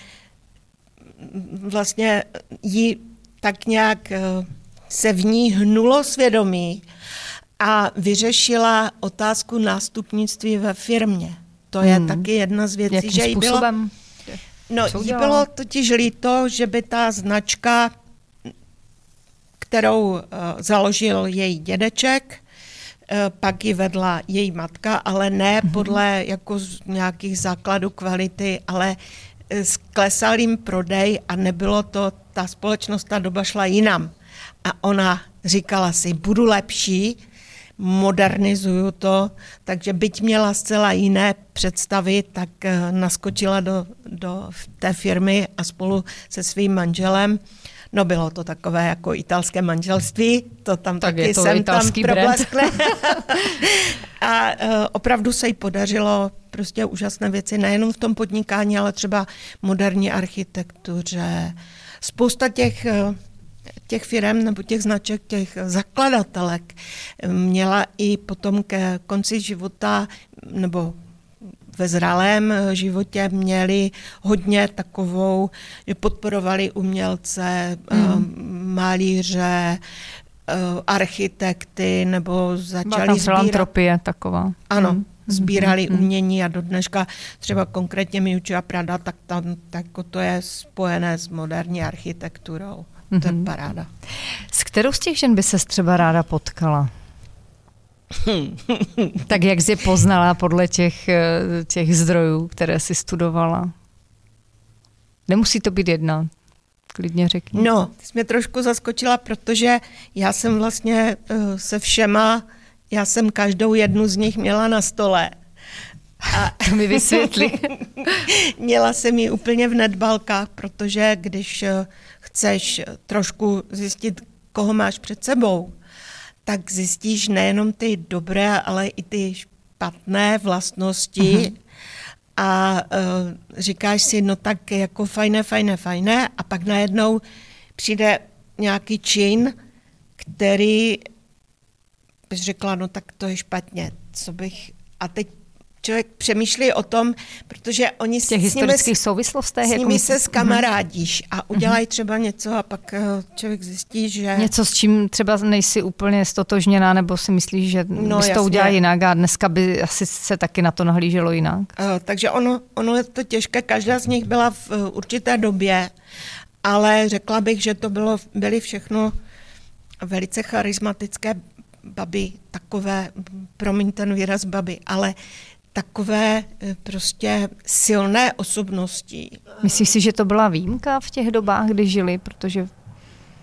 vlastně jí tak nějak uh, se v ní hnulo svědomí a vyřešila otázku nástupnictví ve firmě. To je hmm. taky jedna z věcí, Jakým že jí bylo, no, jí bylo totiž líto, že by ta značka, kterou uh, založil její dědeček, uh, pak ji vedla její matka, ale ne hmm. podle jako z nějakých základů kvality, ale sklesal jim prodej a nebylo to, ta společnost, ta doba šla jinam. A ona říkala si, budu lepší, modernizuju to, takže byť měla zcela jiné představy, tak naskočila do, do té firmy a spolu se svým manželem. No bylo to takové jako italské manželství, to tam tak taky to jsem tam probleskne. A uh, opravdu se jí podařilo prostě úžasné věci, nejenom v tom podnikání, ale třeba moderní architektuře. Spousta těch uh, těch firem nebo těch značek, těch zakladatelek měla i potom ke konci života nebo ve zralém životě měli hodně takovou, že podporovali umělce, mm. malíře, architekty nebo začali sbírat. Filantropie taková. Ano, mm. sbírali mm. umění a do dneška třeba konkrétně Miuccia Prada, tak tam tak to je spojené s moderní architekturou. To je paráda. S kterou z těch žen by ses třeba ráda potkala? Tak jak jsi je poznala podle těch, těch zdrojů, které jsi studovala? Nemusí to být jedna, klidně řekni. No, ty jsi mě trošku zaskočila, protože já jsem vlastně uh, se všema, já jsem každou jednu z nich měla na stole. A to mi vysvětli. Měla jsem ji úplně v nedbalkách, protože když chceš trošku zjistit, koho máš před sebou, tak zjistíš nejenom ty dobré, ale i ty špatné vlastnosti. Uh-huh. A uh, říkáš si, no tak jako fajné, fajné, fajné. A pak najednou přijde nějaký čin, který bys řekla, no tak to je špatně. Co bych... A teď člověk přemýšlí o tom, protože oni v těch historických souvislostech, s jako nimi se skamarádíš a udělají třeba něco a pak člověk zjistí, že... Něco, s čím třeba nejsi úplně stotožněná, nebo si myslíš, že no, bys jasně. to udělala jinak a dneska by asi se taky na to nahlíželo jinak. Uh, takže ono, ono je to těžké, každá z nich byla v uh, určité době, ale řekla bych, že to bylo, byly všechno velice charismatické baby, takové, promiň ten výraz baby, ale takové prostě silné osobnosti. Myslíš si, že to byla výjimka v těch dobách, kdy žili, protože...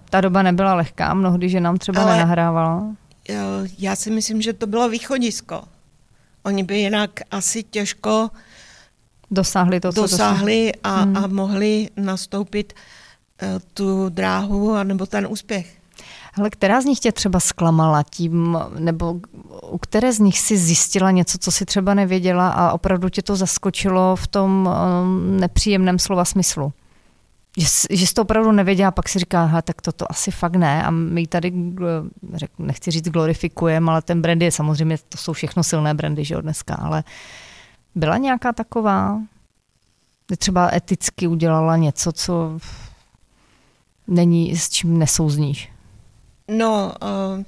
Ta doba nebyla lehká, mnohdy, že nám třeba Ale nenahrávala. Já si myslím, že to bylo východisko. Oni by jinak asi těžko dosáhli to, co dosáhli a, hmm. a mohli nastoupit uh, tu dráhu anebo ten úspěch. Ale která z nich tě třeba zklamala tím, nebo u které z nich si zjistila něco, co si třeba nevěděla a opravdu tě to zaskočilo v tom um, nepříjemném slova smyslu? Že, že jsi to opravdu nevěděla a pak si říká, hele, tak toto asi fakt ne a my tady, řek, nechci říct glorifikujeme, ale ten brand je samozřejmě, to jsou všechno silné brandy, že jo, dneska, ale byla nějaká taková, že třeba eticky udělala něco, co není, s čím nesouzníš? No, uh,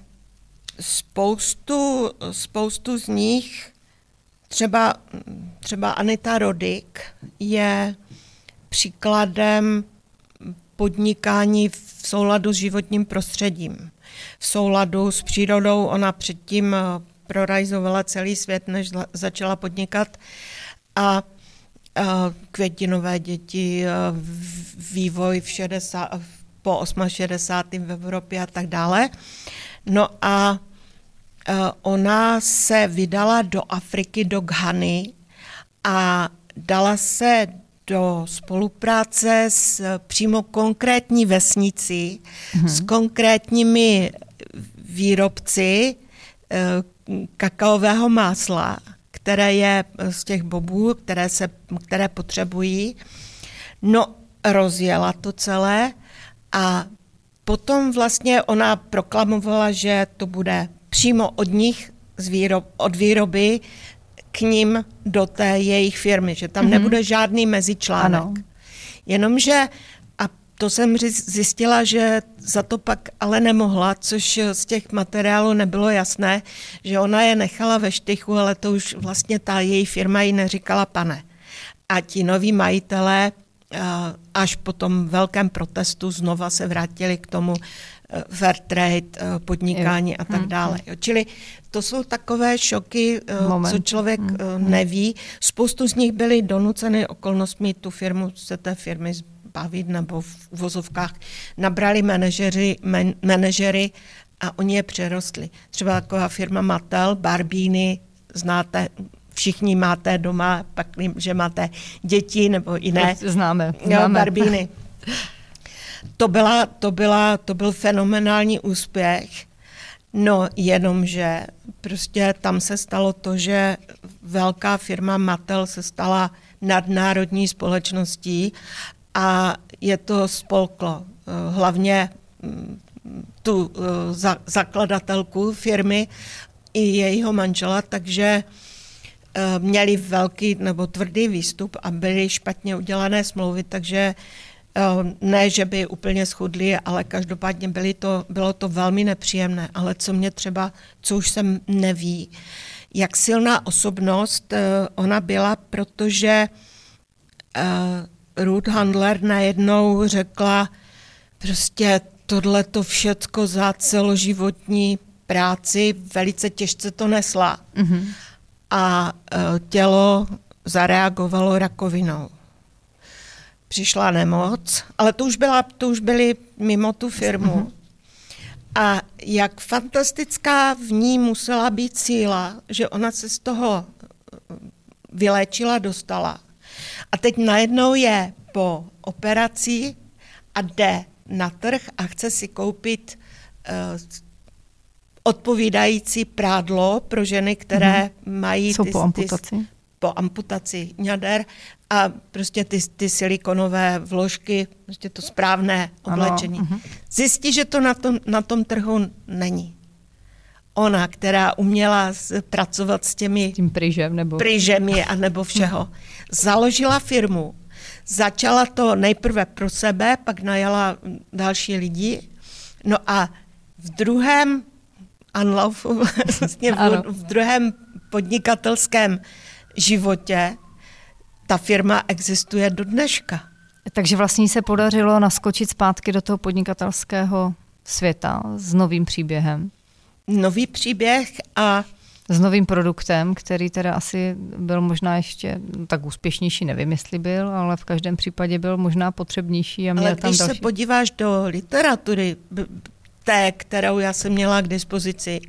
spoustu, spoustu z nich, třeba, třeba Anita Roddick je příkladem podnikání v souladu s životním prostředím. V souladu s přírodou, ona předtím prorajzovala celý svět, než začala podnikat. A květinové děti, vývoj v šedesátých po šedesátém osmém v Evropě a tak dále. No a ona se vydala do Afriky, do Ghany a dala se do spolupráce s přímo konkrétní vesnici, hmm. s konkrétními výrobci kakaového másla, které je z těch bobů, které, se, které potřebují. No, rozjela to celé a potom vlastně ona proklamovala, že to bude přímo od nich, z výrob, od výroby k ním do té jejich firmy, že tam mm-hmm. nebude žádný mezičlánek. Ano. Jenomže, a to jsem zjistila, že za to pak ale nemohla, což z těch materiálů nebylo jasné, že ona je nechala ve štychu, ale to už vlastně ta její firma jí neříkala pane. A ti noví majitelé až po tom velkém protestu znova se vrátili k tomu fair trade, podnikání a tak dále. Čili to jsou takové šoky, Moment. co člověk hmm. neví. Spoustu z nich byly donuceny okolnostmi tu firmu se té firmy zbavit nebo v uvozovkách nabrali manažeři, man, manažery a oni je přerostli. Třeba taková firma Mattel, Barbíny, znáte, všichni máte doma, pak že máte děti nebo jiné. Známe. Jo, Barbíny. To, byla, to, byla, to byl fenomenální úspěch, no jenomže prostě tam se stalo to, že velká firma Mattel se stala nadnárodní společností a je to spolklo. Hlavně tu za, zakladatelku firmy i jejího manžela, takže měli velký nebo tvrdý výstup a byly špatně udělané smlouvy, takže ne, že by úplně schudli, ale každopádně byly to, bylo to velmi nepříjemné. Ale co mě třeba, co už jsem neví, jak silná osobnost ona byla, protože Ruth Handler najednou řekla, prostě tohleto všecko za celoživotní práci, velice těžce to nesla. Mm-hmm. A tělo zareagovalo rakovinou. Přišla nemoc, ale to už, byla, to už byly mimo tu firmu. Mm-hmm. A jak fantastická v ní musela být síla, že ona se z toho vyléčila, dostala. A teď najednou je po operaci a jde na trh a chce si koupit uh, odpovídající prádlo pro ženy, které mm-hmm. mají Jsou ty, po amputaci. Ty, po amputaci ňader a prostě ty, ty silikonové vložky, prostě to správné oblečení. Ano, uh-huh. Zjistí, že to na tom, na tom trhu není. Ona, která uměla pracovat s těmi tím pryžem nebo pryžemi a nebo všeho, založila firmu, začala to nejprve pro sebe, pak najala další lidi, no a v druhém Anlaufu, vlastně v, v druhém podnikatelském životě ta firma existuje do dneška. Takže vlastně se podařilo naskočit zpátky do toho podnikatelského světa s novým příběhem. Nový příběh a S novým produktem, který teda asi byl možná ještě tak úspěšnější, nevím, jestli byl, ale v každém případě byl možná potřebnější a měl ale tam když další... se podíváš do literatury, té, kterou já jsem měla k dispozici,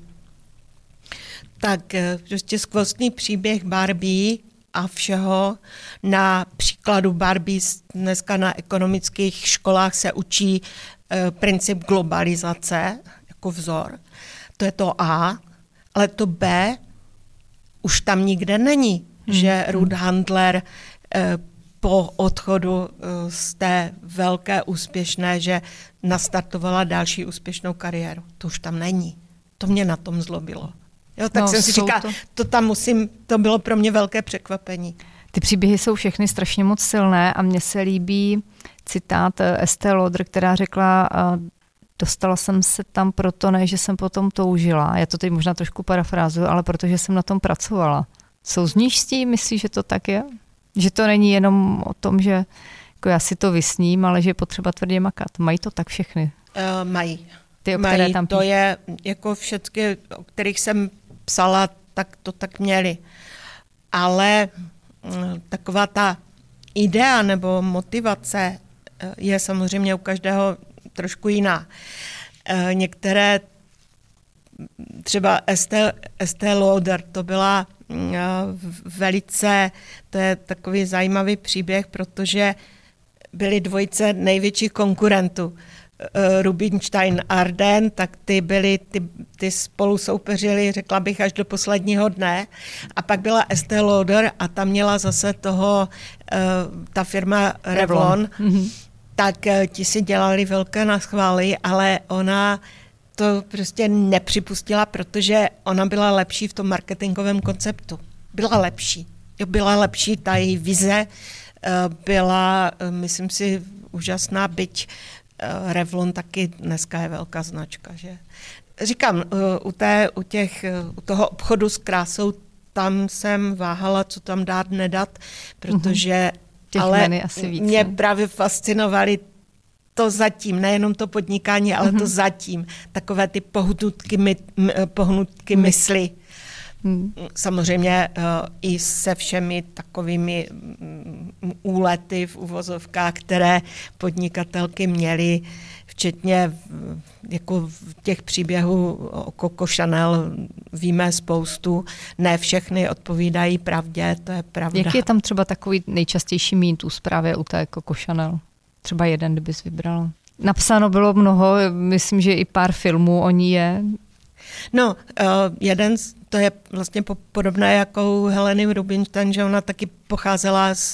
tak prostě skvostný příběh Barbie a všeho na příkladu Barbie dneska na ekonomických školách se učí e, princip globalizace jako vzor. To je to A, ale to B už tam nikde není, hmm. že Ruth Handler e, po odchodu e, z té velké úspěšné, že nastartovala další úspěšnou kariéru. To už tam není. To mě na tom zlobilo. Jo, tak no, jsem si říkala, to... to tam musím, to bylo pro mě velké překvapení. Ty příběhy jsou všechny strašně moc silné a mně se líbí citát Estée Lauder, která řekla, dostala jsem se tam proto, ne, že jsem potom toužila. Já to teď možná trošku parafrázuju, ale protože jsem na tom pracovala. Souzníš s tím? Myslíš, že to tak je? Že to není jenom o tom, že jako já si to vysním, ale že je potřeba tvrdě makat. Mají to tak všechny? Uh, mají. Ty, o které mají, tam to je jako všechny, o kterých jsem psala, tak to tak měli. Ale taková ta idea nebo motivace je samozřejmě u každého trošku jiná. Některé, třeba Estée, Estée Lauder, to byla velice, to je takový zajímavý příběh, protože byly dvojice největších konkurentů. Rubinstein Arden, tak ty byli, ty, ty spolu soupeřili, řekla bych, až do posledního dne. A pak byla Estée Lauder a ta měla zase toho, ta firma Revlon, mm-hmm. tak ti si dělali velké naschvály, ale ona to prostě nepřipustila, protože ona byla lepší v tom marketingovém konceptu. Byla lepší. Byla lepší, ta její vize byla, myslím si, úžasná, byť Revlon taky dneska je velká značka, že? Říkám, u, té, u, těch, u toho obchodu s krásou, tam jsem váhala, co tam dát, nedat, protože těch ale asi víc, mě ne? právě fascinovaly to zatím, nejenom to podnikání, ale mm-hmm. to zatím, takové ty pohnutky, my, pohnutky mm. mysli. Hmm. Samozřejmě uh, i se všemi takovými um, úlety v uvozovkách, které podnikatelky měly, včetně jako v těch příběhů o Coco Chanel víme spoustu, ne všechny odpovídají pravdě, to je pravda. Jaký je tam třeba takový nejčastější mýtus právě u té Coco Chanel? Třeba jeden, kdybys vybrala. Napsáno bylo mnoho, myslím, že i pár filmů o ní je. No, uh, jeden, to je vlastně podobné jako Heleny Rubinstein, že ona taky pocházela z,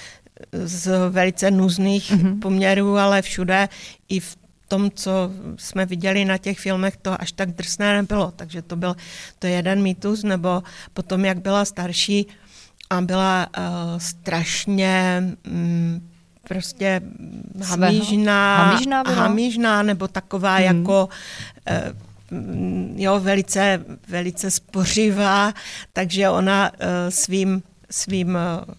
z velice nuzných mm-hmm. poměrů, ale všude i v tom, co jsme viděli na těch filmech, to až tak drsné nebylo. Takže to byl to je jeden mýtus, nebo potom, jak byla starší a byla uh, strašně um, prostě hamižná, hamižná, hamižná, nebo taková mm. jako uh, jo, velice, velice spořivá, takže ona uh, svým, svým uh,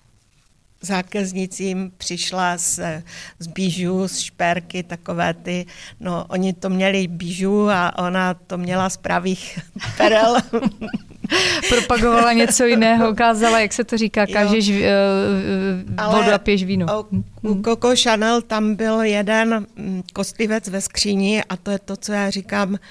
zákaznicím přišla z, z bížů, z šperky, takové ty, no oni to měli bížů a ona to měla z pravých perel. Propagovala něco jiného, ukázala, jak se to říká, kážeš uh, vodu a piješ víno. U Coco Chanel tam byl jeden kostlivec ve skříni a to je to, co já říkám, uh,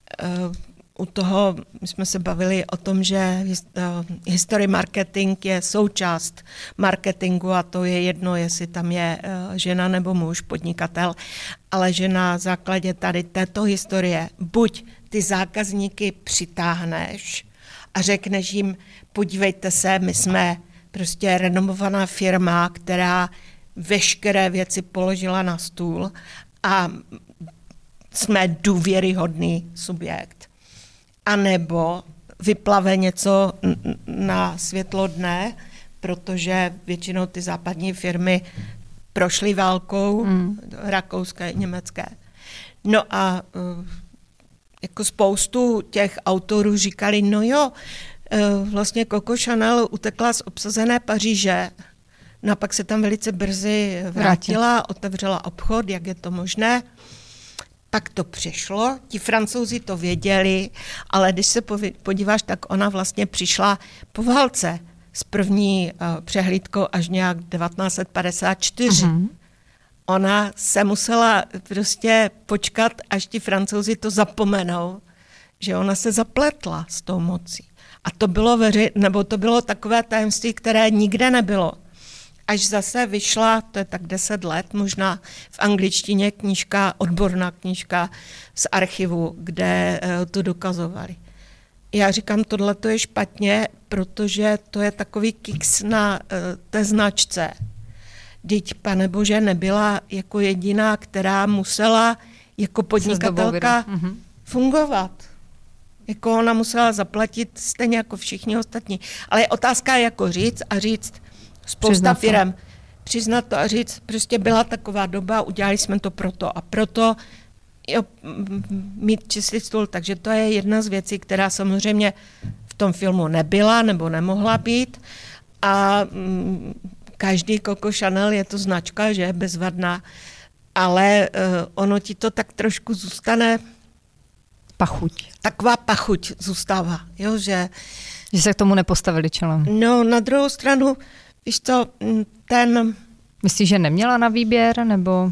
u toho, my jsme se bavili o tom, že history marketing je součást marketingu a to je jedno, jestli tam je žena nebo muž, podnikatel, ale že na základě tady této historie buď ty zákazníky přitáhneš a řekneš jim, podívejte se, my jsme prostě renomovaná firma, která veškeré věci položila na stůl a jsme důvěryhodný subjekt. A nebo vyplave něco na světlo dne, protože většinou ty západní firmy prošly válkou, mm. rakouské, německé. No a jako spoustu těch autorů říkali, no jo, vlastně Coco Chanel utekla z obsazené Paříže, no a pak se tam velice brzy vrátila, otevřela obchod, jak je to možné. Pak to přišlo, ti Francouzi to věděli, ale když se podíváš, tak ona vlastně přišla po válce s první uh, přehlídkou až nějak devatenáct set padesát čtyři. Mm-hmm. Ona se musela prostě počkat, až ti Francouzi to zapomenou, že ona se zapletla s tou mocí. A to bylo, veři, nebo to bylo takové tajemství, které nikde nebylo. Až zase vyšla, to je tak deset let, možná v angličtině knížka, odborná knížka z archivu, kde uh, to dokazovali. Já říkám, tohle to je špatně, protože to je takový kiks na uh, té značce. Vždyť, pane bože, nebyla jako jediná, která musela jako podnikatelka fungovat. Jako ona musela zaplatit stejně jako všichni ostatní. Ale otázka je jako říct a říct spousta firem. Přiznat to a říct, prostě byla taková doba, udělali jsme to proto a proto, jo, mít čistý stůl. Takže to je jedna z věcí, která samozřejmě v tom filmu nebyla nebo nemohla být. A mm, každý Coco Chanel je to značka, že je bezvadná, ale uh, ono ti to tak trošku zůstane. Pachuť. Taková pachuť zůstává, jo, že... Že se k tomu nepostavili čelem. No, na druhou stranu, víš co, ten... Myslíš, že neměla na výběr, nebo...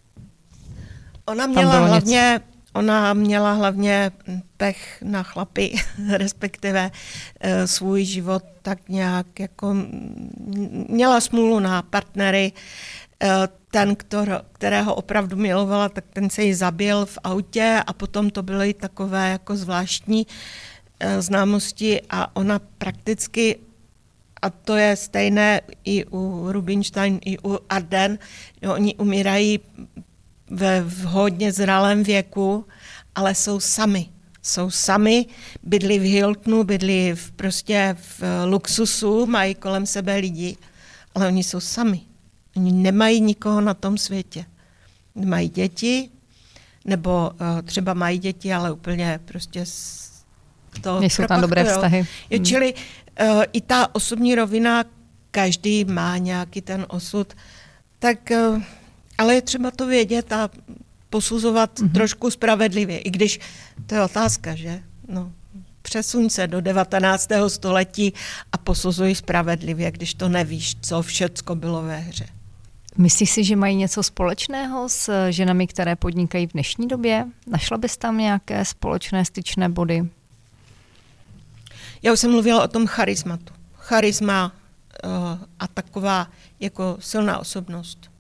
Ona měla hlavně, něco? Ona měla hlavně pech na chlapy, respektive e, svůj život tak nějak jako... Měla smůlu na partnery. E, ten, ktor, kterého opravdu milovala, tak ten se jí zabil v autě a potom to byly takové jako zvláštní e, známosti a ona prakticky, a to je stejné i u Rubinstein, i u Arden, jo, oni umírají ve v hodně zralém věku, ale jsou sami. Jsou sami, bydlí v Hiltonu, bydlí v, prostě v luxusu, mají kolem sebe lidi, ale oni jsou sami. Oni nemají nikoho na tom světě. Mají děti, nebo uh, třeba mají děti, ale úplně prostě to... Nejsou tam dobré vztahy. Jo, čili uh, i ta osobní rovina, každý má nějaký ten osud, tak, uh, ale je třeba to vědět a posuzovat mm-hmm. trošku spravedlivě, i když to je otázka, že? No, přesuň se do devatenáctého století a posuzuj spravedlivě, když to nevíš, co všecko bylo ve hře. Myslíš si, že mají něco společného s ženami, které podnikají v dnešní době? Našla bys tam nějaké společné styčné body? Já už jsem mluvila o tom charizmatu. Charisma uh, a taková jako silná osobnost.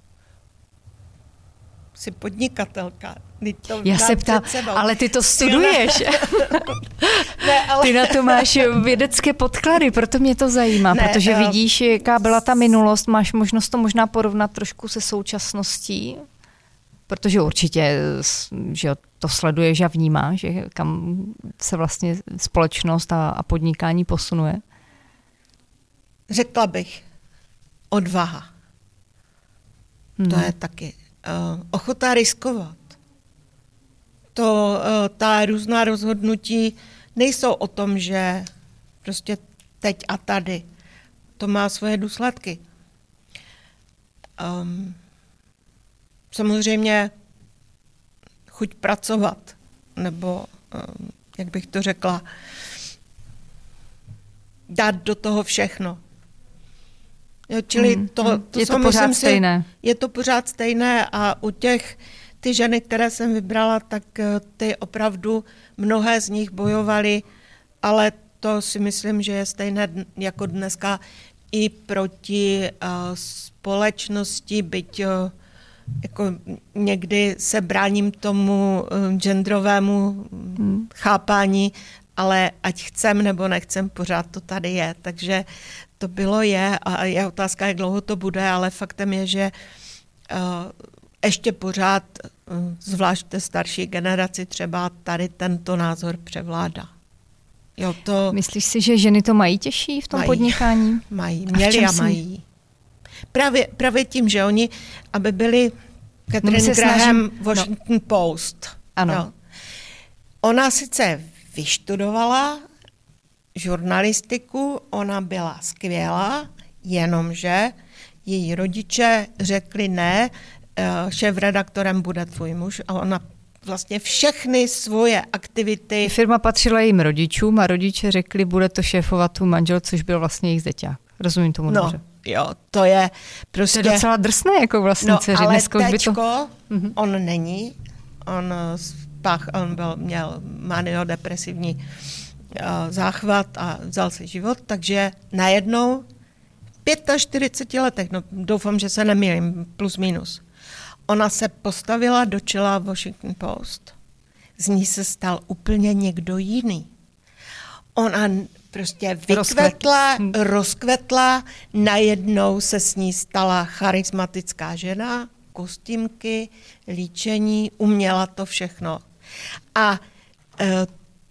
Jsi podnikatelka. To Já se ptám, ale ty to studuješ. ne, ale... Ty na to máš vědecké podklady, proto mě to zajímá, ne, protože uh... vidíš, jaká byla ta minulost, máš možnost to možná porovnat trošku se současností, protože určitě že to sleduješ a vnímáš, že kam se vlastně společnost a, a podnikání posunuje. Řekla bych, odvaha. No. To je taky uh, ochota riskovat. To, uh, ta různá rozhodnutí nejsou o tom, že prostě teď a tady. To má svoje důsledky. Um, samozřejmě chuť pracovat, nebo, um, jak bych to řekla, dát do toho všechno. Jo, čili mm, to, to je to pořád myslím stejné. Si, je to pořád stejné a u těch, ty ženy, které jsem vybrala, tak ty opravdu mnohé z nich bojovaly, ale to si myslím, že je stejné jako dneska i proti uh, společnosti, byť uh, jako někdy se bráním tomu uh, genderovému hmm. chápání, ale ať chcem nebo nechcem, pořád to tady je. Takže to bylo je a je otázka, jak dlouho to bude, ale faktem je, že uh, ještě pořád, uh, zvlášť té starší generaci, třeba tady tento názor převládá. Jo, to Myslíš si, že ženy to mají těžší v tom mají, podnikání? Mají, měli a, a mají. Právě, právě tím, že oni, aby byli Catherine no Graham, snažím, Washington no. Post. Ano. Jo. Ona sice vyštudovala žurnalistiku, ona byla skvělá, jenomže její rodiče řekli ne, šéfredaktorem bude tvůj muž a ona vlastně všechny svoje aktivity. Firma patřila jejím rodičům a rodiče řekli, bude to šéfovat tu manžel, což byl vlastně jejich zeťák. Rozumím tomu no, dobře. Jo, to je prostě... To je docela drsné jako vlastně no, dceři. ale Dneska teďko, to... on není, on, spách, on byl, měl maniodepresivní uh, záchvat a vzal si život, takže najednou v čtyřiceti pěti letech, no doufám, že se nemýlím, plus minus, ona se postavila do čela Washington Post. Z ní se stal úplně někdo jiný. Ona prostě vykvetla, rozkvetla, rozkvetla, najednou se s ní stala charismatická žena, kostýmky, líčení, uměla to všechno. A e,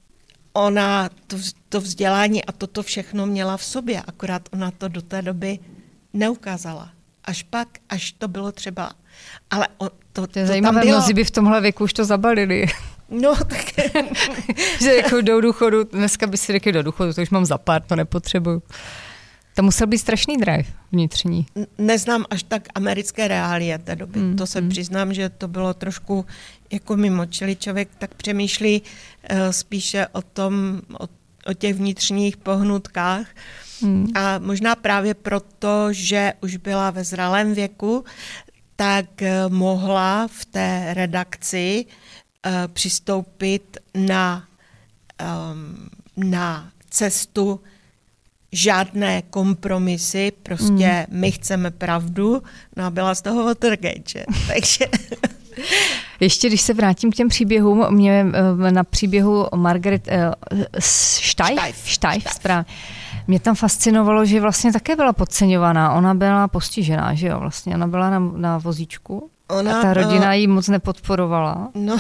ona to, to vzdělání a toto všechno měla v sobě, akorát ona to do té doby neukázala. Až pak, až to bylo třeba. Ale o, to, to je to zajímavé, mnozí by v tomhle věku už to zabalili. No, tak... že jako do důchodu, dneska by si řekli do důchodu, to už mám za pár, to nepotřebuju. To musel být strašný drive vnitřní. Neznám až tak americké reálie té doby. Mm, to se mm. přiznám, že to bylo trošku jako mimo, čili člověk tak přemýšlí uh, spíše o tom, o, o těch vnitřních pohnutkách. Mm. A možná právě proto, že už byla ve zralém věku, tak uh, mohla v té redakci uh, přistoupit na, um, na cestu žádné kompromisy, prostě mm. my chceme pravdu, no a byla z toho Watergate, takže... Ještě když se vrátím k těm příběhům, mě na příběhu Margaret uh, Steiff, Steiff, správně, mě tam fascinovalo, že vlastně také byla podceňovaná, ona byla postižená, že jo, vlastně ona byla na, na vozíčku ona, a ta rodina uh, ji moc nepodporovala. No...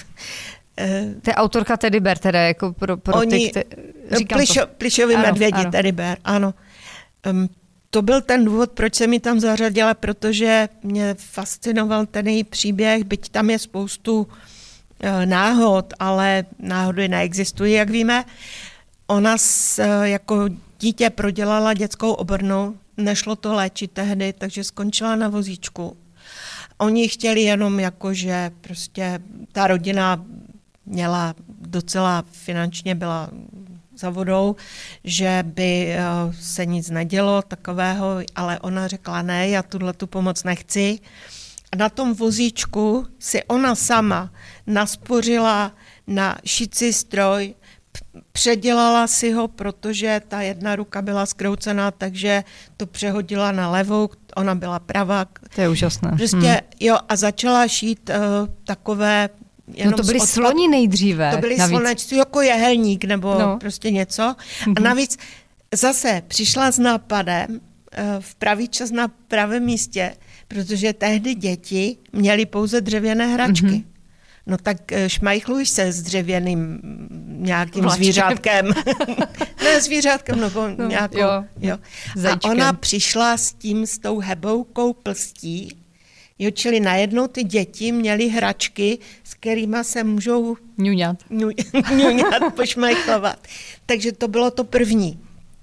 To je autorka Teddy Bear, teda jako pro, pro Oni, ty, kte... říkám plišo, to. Plišovi medvědi, ano. Teddy Bear, ano. Um, to byl ten důvod, proč jsem mi tam zařadila, protože mě fascinoval ten její příběh, byť tam je spoustu uh, náhod, ale náhody neexistují, jak víme. Ona s, uh, jako dítě prodělala dětskou obrnu, nešlo to léčit tehdy, takže skončila na vozíčku. Oni chtěli jenom jako, že prostě ta rodina měla docela finančně byla za vodou, že by se nic nedělo takového, ale ona řekla ne, já tuhle tu pomoc nechci. A na tom vozíčku si ona sama naspořila na šicí stroj, předělala si ho, protože ta jedna ruka byla zkroucená, takže to přehodila na levou, ona byla pravá. To je úžasné. Prostě, hmm. jo, a začala šít uh, takové... No to byly odpad... sloni nejdříve. To byly slonečci jako jehelník nebo no. prostě něco. A navíc zase přišla s nápadem uh, v pravý čas na pravém místě, protože tehdy děti měly pouze dřevěné hračky. Mm-hmm. No tak šmajchluj se s dřevěným nějakým Vláčkem. zvířátkem. Ne zvířátkem, nebo no, nějakou. Jo, jo. A ona přišla s tím, s tou heboukou plstí, jo, čili najednou ty děti měly hračky, s kterýma se můžou ňuňat, ňu, ňuňat pošmajchlovat. Takže to bylo to první.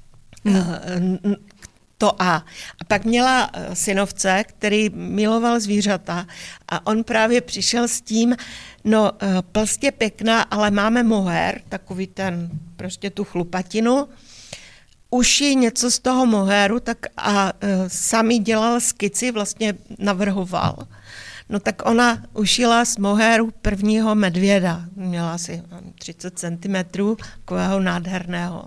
Hmm. To A. A pak měla synovce, který miloval zvířata a on právě přišel s tím, no plst je pěkná, ale máme mohér, takový ten, prostě tu chlupatinu, uši něco z toho mohéru, tak a sami dělal skici, vlastně navrhoval. No tak ona ušila z mohéru prvního medvěda, měla asi třicet centimetrů, takového nádherného.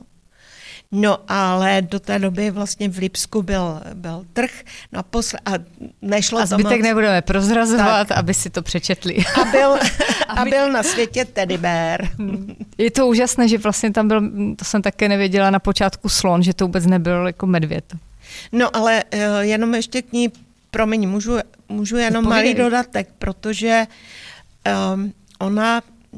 No ale do té doby vlastně v Lipsku byl, byl trh, no a, posle, a nešlo a zbytek to moc... nebudeme prozrazovat, tak. Aby si to přečetli. A byl, a byl na světě Teddy Bear. Je to úžasné, že vlastně tam byl, to jsem také nevěděla na počátku slon, že to vůbec nebyl jako medvěd. No ale jenom ještě k ní, promiň, můžu, můžu jenom Povědej. malý dodatek, protože um, ona,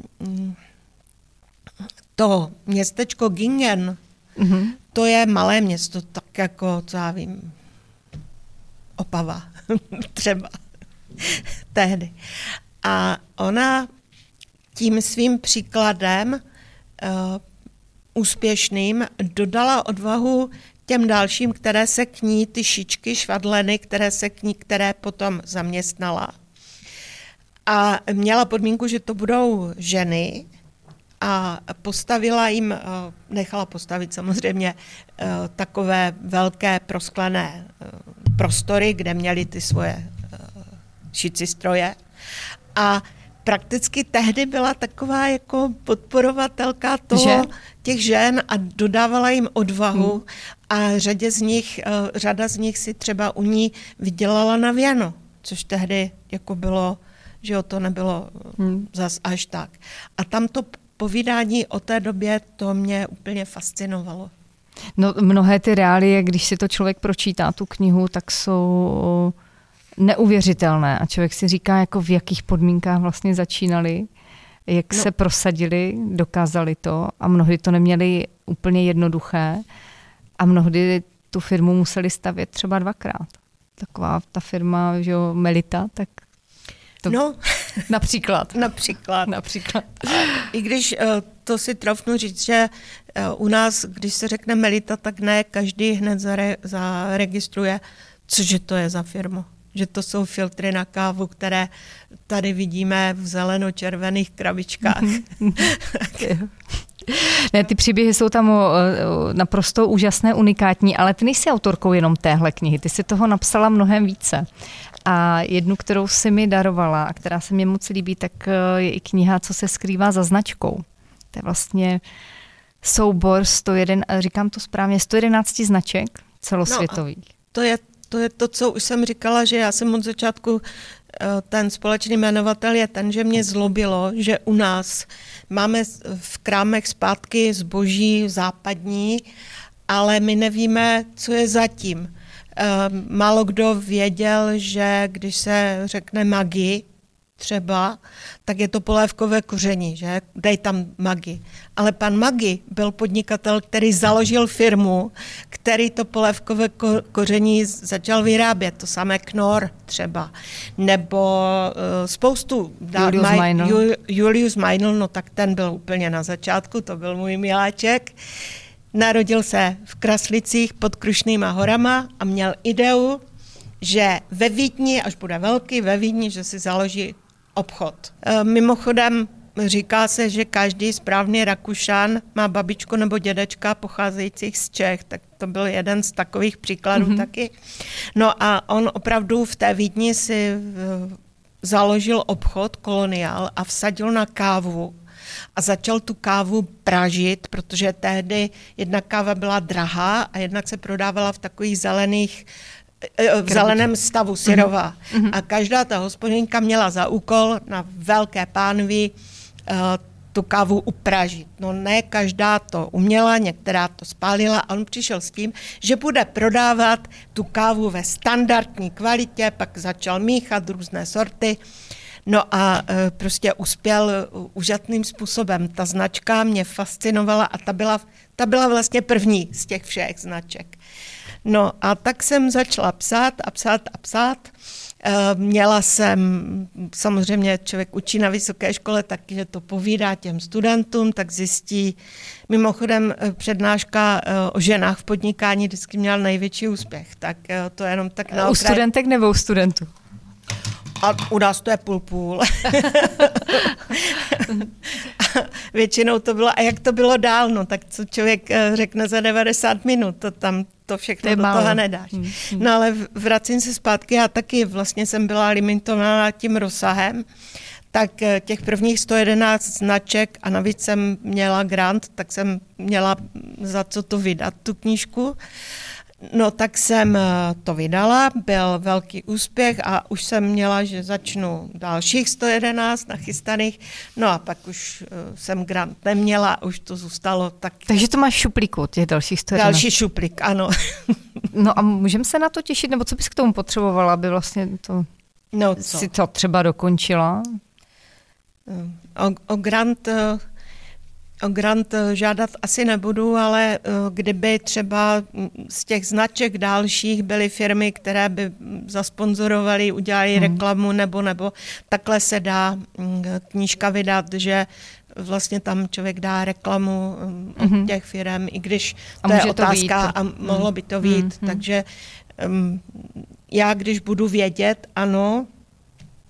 to městečko Gingen, mm-hmm. to je malé město, tak jako, co já vím, Opava třeba tehdy. A ona tím svým příkladem uh, úspěšným dodala odvahu těm dalším, které se k ní, ty šičky, švadleny, které se k ní, které potom zaměstnala. A měla podmínku, že to budou ženy a postavila jim, nechala postavit samozřejmě takové velké prosklené prostory, kde měli ty svoje šicí stroje. A prakticky tehdy byla taková jako podporovatelka toho, že? těch žen a dodávala jim odvahu hmm. a řadě z nich, řada z nich si třeba u ní vydělala na věno, což tehdy jako bylo, že jo, to nebylo hmm. zas až tak. A tam to povídání o té době, to mě úplně fascinovalo. No mnohé ty reálie, když si to člověk pročítá, tu knihu, tak jsou neuvěřitelné a člověk si říká, jako v jakých podmínkách vlastně začínali, jak no. se prosadili, dokázali to a mnohdy to neměli úplně jednoduché a mnohdy tu firmu museli stavět třeba dvakrát. Taková ta firma, že jo, Melita, tak to no. například. například. například. I když to si troufnu říct, že u nás, když se řekne Melita, tak ne každý hned zare, zaregistruje, cože to je za firmu. Že to jsou filtry na kávu, které tady vidíme v zeleno-červených krabičkách. Ne, ty příběhy jsou tam naprosto úžasné, unikátní, ale ty nejsi autorkou jenom téhle knihy, ty si toho napsala mnohem více. A jednu, kterou si mi darovala a která se mě moc líbí, tak je i kniha Co se skrývá za značkou. To je vlastně soubor sto jedna, říkám to správně, sto jedenáct značek celosvětových. No, to je To je to, co už jsem říkala, že já jsem od začátku, ten společný jmenovatel je ten, že mě zlobilo, že u nás máme v krámech zpátky zboží západní, ale my nevíme, co je zatím. Málo kdo věděl, že když se řekne Maggi třeba, tak je to polévkové koření, že? Dej tam Maggi. Ale pan Maggi byl podnikatel, který založil firmu, který to polévkové ko- koření začal vyrábět. To samé Knorr třeba. Nebo uh, spoustu... Julius Maj- Meinl. Ju- Julius Meinl, no tak ten byl úplně na začátku, to byl můj miláček. Narodil se v Kraslicích pod Krušnýma horama a měl ideu, že ve Vídni, až bude velký, ve Vídni, že si založí obchod. E, mimochodem říká se, že každý správný Rakušan má babičku nebo dědečka pocházejících z Čech, tak to byl jeden z takových příkladů mm-hmm. taky. No a on opravdu v té Vídni si založil obchod Koloniál a vsadil na kávu a začal tu kávu pražit, protože tehdy jedna káva byla drahá a jednak se prodávala v takových zelených v zeleném stavu, syrová. Mm-hmm. A každá ta hospodinka měla za úkol na velké pánvi uh, tu kávu upražit. No ne každá to uměla, některá to spálila a on přišel s tím, že bude prodávat tu kávu ve standardní kvalitě, pak začal míchat různé sorty. No a uh, prostě uspěl uh, úžasným způsobem. Ta značka mě fascinovala a ta byla, ta byla vlastně první z těch všech značek. No a tak jsem začala psát a psát a psát. Měla jsem, samozřejmě člověk učí na vysoké škole, takže to povídá těm studentům, tak zjistí. Mimochodem přednáška o ženách v podnikání vždycky měla největší úspěch. Tak to je jenom tak na U studentek nebo u studentů? A u nás to je půl-půl. Většinou to bylo, a jak to bylo dál, no, tak co člověk řekne za devadesát minut, to tam to všechno to do málo. Toho nedáš. Hmm. No ale vracím se zpátky, já taky vlastně jsem byla limitovaná tím rozsahem, tak těch prvních sto jedenáct značek a navíc jsem měla grant, tak jsem měla za co to vydat, tu knížku. No tak jsem to vydala, byl velký úspěch a už jsem měla, že začnu dalších sto jedenáct nachystaných, no a pak už jsem grant neměla, už to zůstalo tak. Takže to máš šuplíku, těch dalších sto jedenáct. Další šuplík, ano. No a můžeme se na to těšit, nebo co bys k tomu potřebovala, aby vlastně to, no, co? si to třeba dokončila? O, o grant... O grant žádat asi nebudu, ale kdyby třeba z těch značek dalších byly firmy, které by zasponzorovaly, udělali hmm. reklamu nebo nebo takhle se dá knížka vydat, že vlastně tam člověk dá reklamu hmm. od těch firm, i když to je otázka to a mohlo by to být. Hmm. Takže um, já, když budu vědět, ano,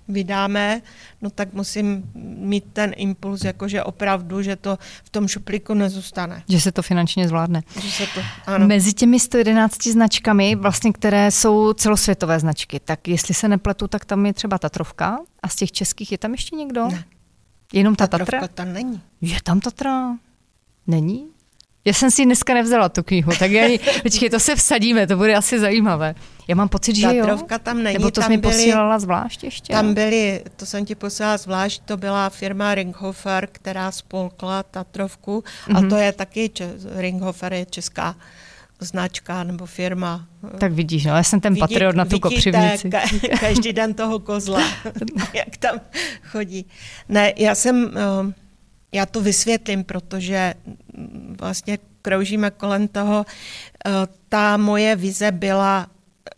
vydáme, no tak musím mít ten impuls, jakože opravdu, že to v tom šuplíku nezůstane. Že se to finančně zvládne. Že se to, ano. Mezi těmi sto jedenácti značkami, vlastně, které jsou celosvětové značky, tak jestli se nepletu, tak tam je třeba Tatrovka a z těch českých je tam ještě někdo? Ne. Jenom ta Tatrovka Tatra? tam není. Je tam Tatra? Není? Já jsem si dneska nevzala tu knihu, tak já ji, počkej, to se vsadíme, to bude asi zajímavé. Já mám pocit, že jo. Tatrovka tam není. Nebo to jsi mi posílala zvlášť ještě? Tam byly, to jsem ti posílala zvlášť, to byla firma Ringhofer, která spolkla Tatrovku mm-hmm. a to je taky, Ringhofer je česká značka nebo firma. Tak vidíš, no, já jsem ten Vidí, patriot na tu Kopřivnici. Ka- každý den toho kozla, jak tam chodí. Ne, já jsem... Já to vysvětlím, protože vlastně kroužíme kolem toho. Ta moje vize byla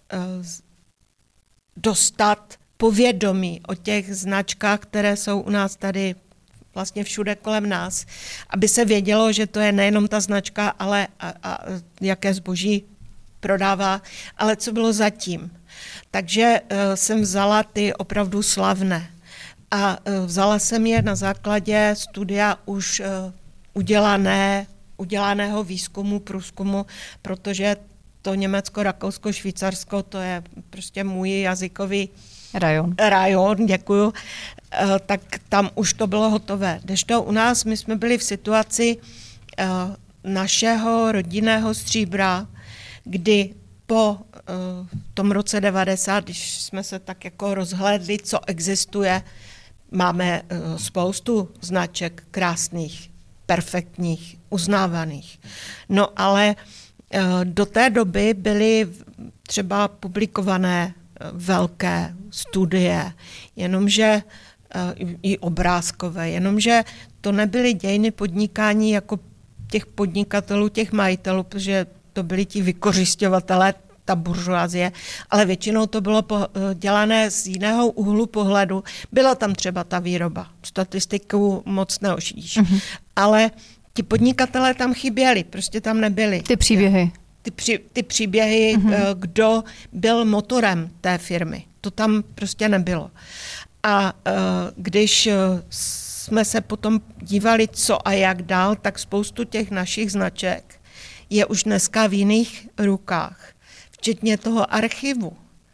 dostat povědomí o těch značkách, které jsou u nás tady vlastně všude kolem nás, aby se vědělo, že to je nejenom ta značka, ale a, a, jaké zboží prodává, ale co bylo zatím. Takže uh, jsem vzala ty opravdu slavné. A vzala jsem je na základě studia už udělané, udělaného výzkumu, průzkumu, protože to Německo, Rakousko, Švýcarsko, to je prostě můj jazykový rajon. rajon, děkuju, tak tam už to bylo hotové. Kdežto u nás my jsme byli v situaci našeho rodinného stříbra, kdy po tom roce devadesát, když jsme se tak jako rozhlédli, co existuje, máme spoustu značek krásných, perfektních, uznávaných. No ale do té doby byly třeba publikované velké studie, jenomže i obrázkové, jenomže to nebyly dějiny podnikání jako těch podnikatelů, těch majitelů, protože to byli ti vykořisťovatelé, ta buržoazie, ale většinou to bylo po, dělané z jiného úhlu pohledu. Byla tam třeba ta výroba, statistiku moc neošidíš, mm-hmm. ale ti podnikatelé tam chyběli, prostě tam nebyli. Ty příběhy. Ty, při, ty příběhy, mm-hmm. kdo byl motorem té firmy, to tam prostě nebylo. A když jsme se potom dívali, co a jak dál, tak spoustu těch našich značek je už dneska v jiných rukách. Včetně toho archivu.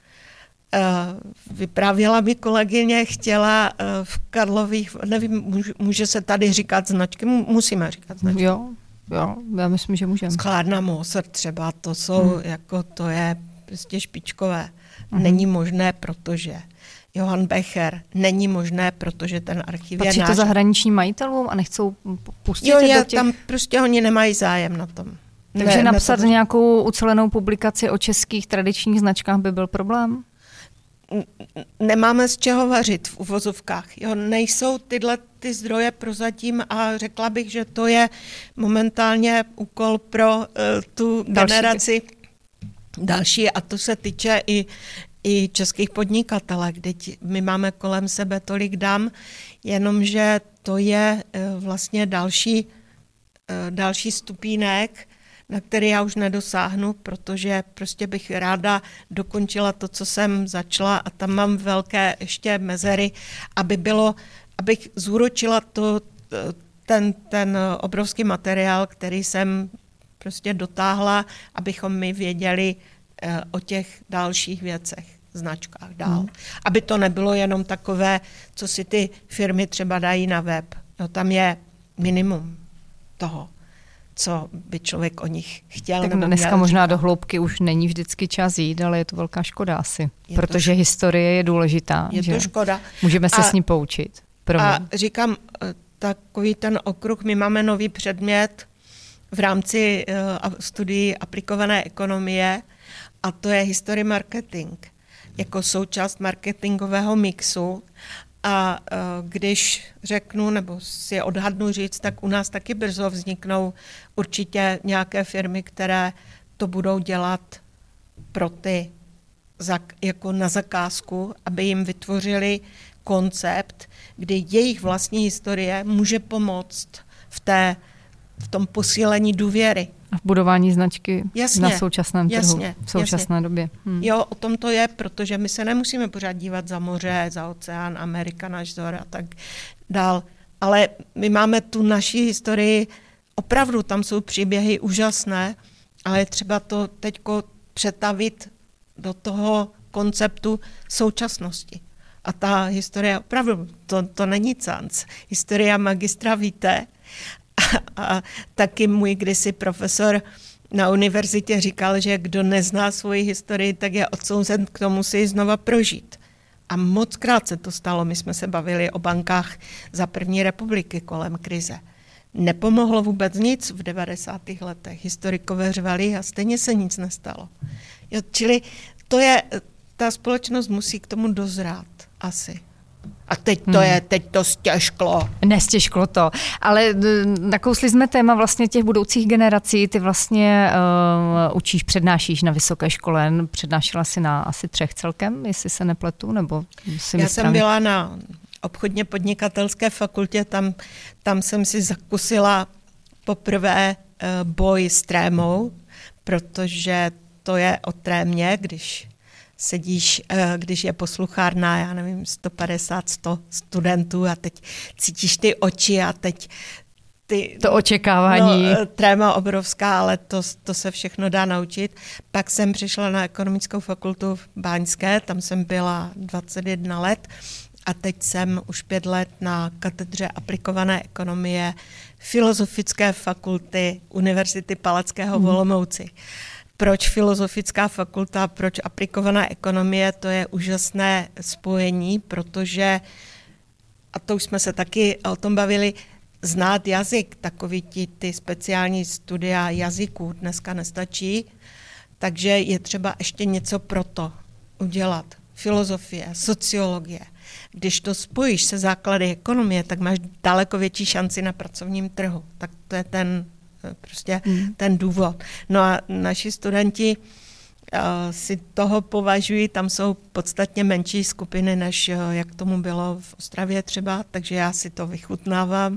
Vyprávěla mi kolegyně, chtěla v Karlových, nevím, může se tady říkat značky, musíme říkat značky. Jo, jo, já myslím, že můžeme. Sklárna Moser třeba, to jsou, hmm. jako to je prostě špičkové. Hmm. Není možné, protože Johann Becher, není možné, protože ten archiv Patří je náš. to zahraničním majitelům a nechcou pustit jo, do je, těch... tam prostě oni nemají zájem na tom. Takže ne, napsat ne, nějakou ucelenou publikaci o českých tradičních značkách by byl problém? Nemáme z čeho vařit v uvozovkách. Jo, nejsou tyhle ty zdroje prozatím a řekla bych, že to je momentálně úkol pro uh, tu další. generaci další a to se týče i, i českých podnikatelů, kde my máme kolem sebe tolik dám, jenomže to je uh, vlastně další, uh, další stupínek, na který já už nedosáhnu, protože prostě bych ráda dokončila to, co jsem začala a tam mám velké ještě mezery, aby bylo, abych zúročila to, ten, ten obrovský materiál, který jsem prostě dotáhla, abychom my věděli o těch dalších věcech, značkách dál. Hmm. Aby to nebylo jenom takové, co si ty firmy třeba dají na web. No, tam je minimum toho, co by člověk o nich chtěl. Tak dneska možná do hloubky už není vždycky čas jít, ale je to velká škoda asi, je protože škoda. Historie je důležitá. Je že? to škoda. Můžeme se a, s ní poučit. Promiň. A říkám, takový ten okruh, my máme nový předmět v rámci uh, studií aplikované ekonomie a to je history marketing, jako součást marketingového mixu. A uh, když řeknu, nebo si odhadnu říct, tak u nás taky brzo vzniknou určitě nějaké firmy, které to budou dělat pro ty jako na zakázku, aby jim vytvořili koncept, kdy jejich vlastní historie může pomoct v, té, v tom posílení důvěry. A v budování značky jasně, na současném trhu, jasně, v současné jasně. době. Hmm. Jo, o tom to je, protože my se nemusíme pořád dívat za moře, za oceán, Amerika, náš vzor a tak dál. Ale my máme tu naši historii, opravdu tam jsou příběhy úžasné, ale je třeba to teďko přetavit do toho konceptu současnosti. A ta historie opravdu, to, to není canc. Historia magistra víte. A, a taky můj kdysi profesor na univerzitě říkal, že kdo nezná svoji historii, tak je odsouzen k tomu si ji znova prožít. A mockrát se to stalo. My jsme se bavili o bankách za první republiky kolem krize. Nepomohlo vůbec nic v devadesátých letech. Historikové řvali a stejně se nic nestalo. Jo, čili to je, ta společnost musí k tomu dozrát asi. A teď to hmm. je, teď to stěžklo. Nestěžklo to, ale nakousli jsme téma vlastně těch budoucích generací, ty vlastně uh, učíš, přednášíš na vysoké škole, přednášela si na asi třech celkem, jestli se nepletu, nebo si Já jsem byla na obchodně podnikatelské fakultě, tam, tam jsem si zakusila poprvé uh, boj s trémou, protože to je o trémě, když sedíš, když je posluchárna, já nevím, sto padesát, sto studentů a teď cítíš ty oči a teď ty... To očekávání. No, tréma obrovská, ale to, to se všechno dá naučit. Pak jsem přišla na ekonomickou fakultu v Báňské, tam jsem byla dvacet jedna let a teď jsem už pět let na katedře aplikované ekonomie Filozofické fakulty Univerzity Palackého v Olomouci. Proč filozofická fakulta, proč aplikovaná ekonomie, to je úžasné spojení, protože, a to už jsme se taky o tom bavili, znát jazyk, takový ti, ty speciální studia jazyků dneska nestačí, takže je třeba ještě něco pro to udělat. Filozofie, sociologie. Když to spojíš se základy ekonomie, tak máš daleko větší šanci na pracovním trhu. Tak to je ten prostě hmm. ten důvod. No a naši studenti uh, si toho považují, tam jsou podstatně menší skupiny, než uh, jak tomu bylo v Ostravě třeba, takže já si to vychutnávám.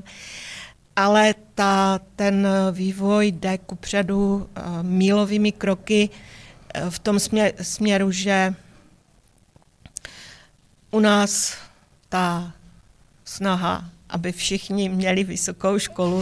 Ale ta, ten vývoj jde kupředu uh, mílovými kroky uh, v tom směr, směru, že u nás ta snaha, aby všichni měli vysokou školu,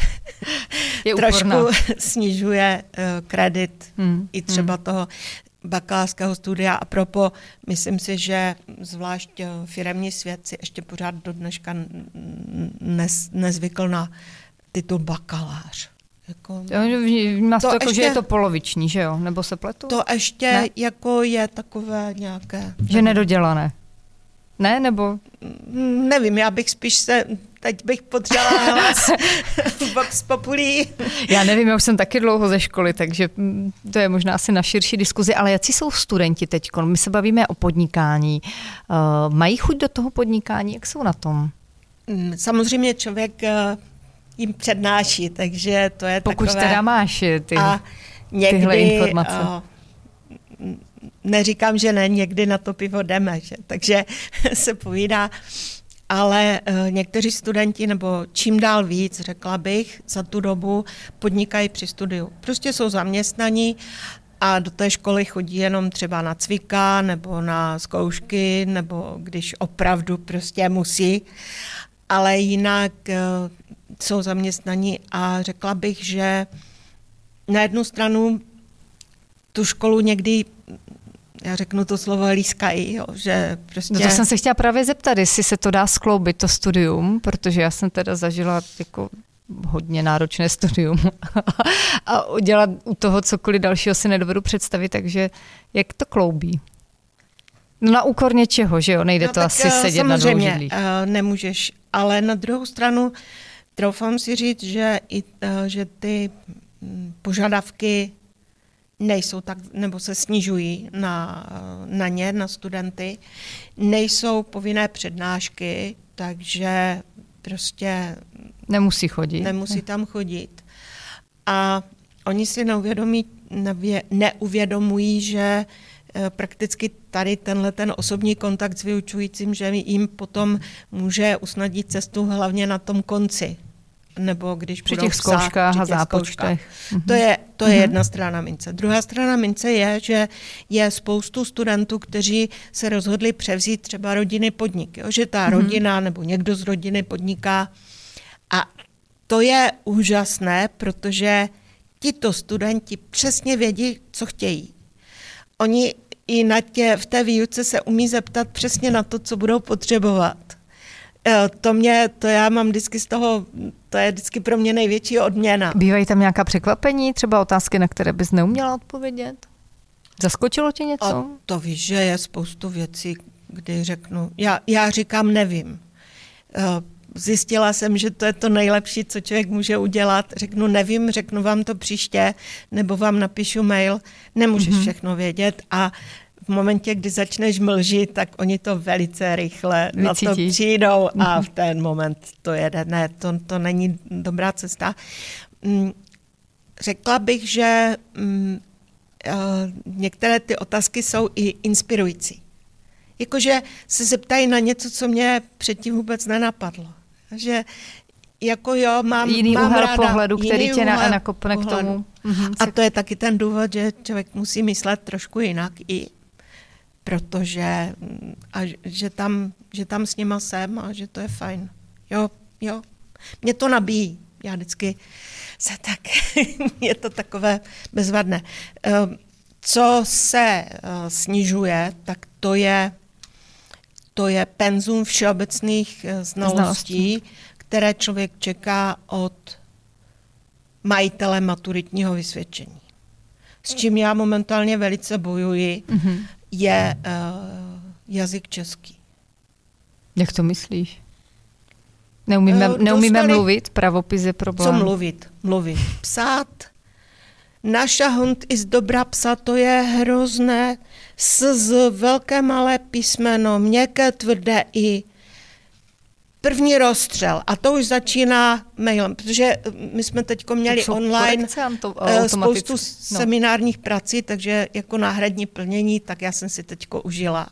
je trošku snižuje uh, kredit hmm. i třeba hmm. toho bakalářského studia. A propo, myslím si, že zvlášť uh, firemní svět si ještě pořád do dneška nez, nezvykl na titul bakalář. Jako, Má to, to jako, ještě, že je to poloviční, že jo? Nebo se pletu? To ještě ne? Jako je takové nějaké... Že nedodělané. Ne, nebo? Nevím, já bych spíš se, teď bych potřebovala hlas Vox Populi. Já nevím, já už jsem taky dlouho ze školy, takže to je možná asi na širší diskuzi, ale jaký jsou studenti teď? My se bavíme o podnikání. Uh, mají chuť do toho podnikání? Jak jsou na tom? Samozřejmě člověk uh, jim přednáší, takže to je Pokud takové... Pokud teda máš ty, a někdy, tyhle informace. Uh, neříkám, že ne, někdy na to pivo jdeme, že? Takže se povídá, ale uh, někteří studenti, nebo čím dál víc, řekla bych, za tu dobu podnikají při studiu. Prostě jsou zaměstnaní a do té školy chodí jenom třeba na cvika, nebo na zkoušky, nebo když opravdu prostě musí, ale jinak uh, jsou zaměstnaní a řekla bych, že na jednu stranu tu školu někdy, já řeknu to slovo, lískají, jo, že prostě... No to jsem se chtěla právě zeptat, jestli se to dá skloubit, to studium, protože já jsem teda zažila jako hodně náročné studium a udělat u toho cokoliv dalšího si nedovedu představit, takže jak to kloubí? No na úkor něčeho, že jo, nejde no, to asi sedět na dvou židlích. Samozřejmě, nemůžeš, ale na druhou stranu troufám si říct, že, i, že ty požadavky nejsou tak, nebo se snižují na, na ně, na studenty. Nejsou povinné přednášky, takže prostě nemusí chodit. Nemusí tam chodit. A oni si neuvědomí, nevě, neuvědomují, že prakticky tady tenhle ten osobní kontakt s vyučujícím, že jim potom může usnadnit cestu hlavně na tom konci. nebo když při budou těch zkouškách a zápočtech. To je, to je jedna strana mince. Druhá strana mince je, že je spoustu studentů, kteří se rozhodli převzít třeba rodinný podnik. Jo? Že ta rodina nebo někdo z rodiny podniká. A to je úžasné, protože tito studenti přesně vědí, co chtějí. Oni i na tě, v té výuce se umí zeptat přesně na to, co budou potřebovat. To mě, to já mám vždycky z toho, to je vždycky pro mě největší odměna. Bývají tam nějaká překvapení, třeba otázky, na které bys neuměla odpovědět? Zaskočilo tě něco? A to víš, že je spoustu věcí, kdy řeknu, já, já říkám nevím. Zjistila jsem, že to je to nejlepší, co člověk může udělat. Řeknu nevím, řeknu vám to příště, nebo vám napíšu mail, nemůžeš mm-hmm. všechno vědět a v momentě, kdy začneš mlžit, tak oni to velice rychle Vycítí. na to přijdou a v ten moment to jede. Ne, to, to není dobrá cesta. Řekla bych, že některé ty otázky jsou i inspirující. Jakože se zeptají na něco, co mě předtím vůbec nenapadlo. Že jako jo, mám, jiný mám úhel ráda, pohledu, který tě úhel nakopne k tomu. Mhm, a to je taky ten důvod, že člověk musí myslet trošku jinak i protože a že tam, že tam s nima jsem a že to je fajn. Jo, jo. Mě to nabíjí. Já vždycky se tak, je to takové bezvadné. Co se snižuje, tak to je, to je penzum všeobecných znalostí, znalostí, které člověk čeká od majitele maturitního vysvědčení. S čím já momentálně velice bojuji, mm-hmm. je uh, jazyk český. Jak to myslíš? Neumíme, uh, neumíme dostali, mluvit? Pravopis je problém. Co mluvit? Mluvit. Psát. Naša hund i z dobra psa, to je hrozné. S, z velké malé písmeno, měkké, tvrdé i. První rozstřel. A to už začíná mailem, protože my jsme teďko měli online to, spoustu no. seminárních prací, takže jako náhradní plnění, tak já jsem si teďko užila.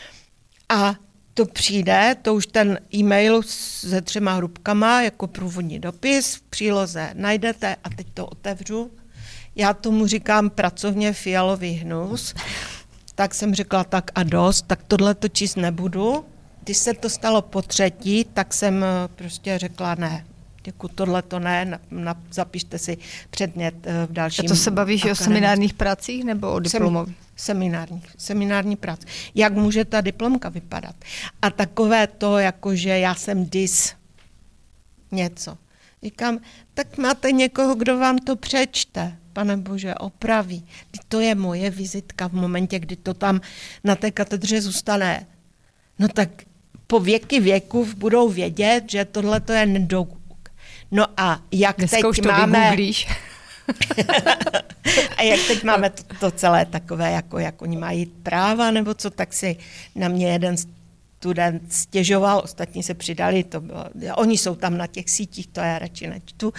A to přijde, to už ten e-mail se třema hrubkama, jako průvodní dopis, v příloze najdete a teď to otevřu. Já tomu říkám pracovně fialový hnus. Tak jsem řekla tak a dost, tak tohle to číst nebudu. Když se to stalo po třetí, tak jsem prostě řekla ne. Děkuji, tohle to ne, na, na, zapište si předmět v dalším. A to se bavíš o seminárních pracích nebo o diplomových? Seminárních, seminární práce. Jak může ta diplomka vypadat? A takové to, jakože já jsem dis něco. Říkám, tak máte někoho, kdo vám to přečte, Pane Bože, opraví. To je moje vizitka v momentě, kdy to tam na té katedře zůstane. No tak po věky věků budou vědět, že tohle to je nedouk. No a jak Dneska teď to máme... a jak teď máme to, to celé takové, jako jak oni mají práva, nebo co, tak si na mě jeden student stěžoval, ostatní se přidali, to bylo, oni jsou tam na těch sítích, to já radši nečtu.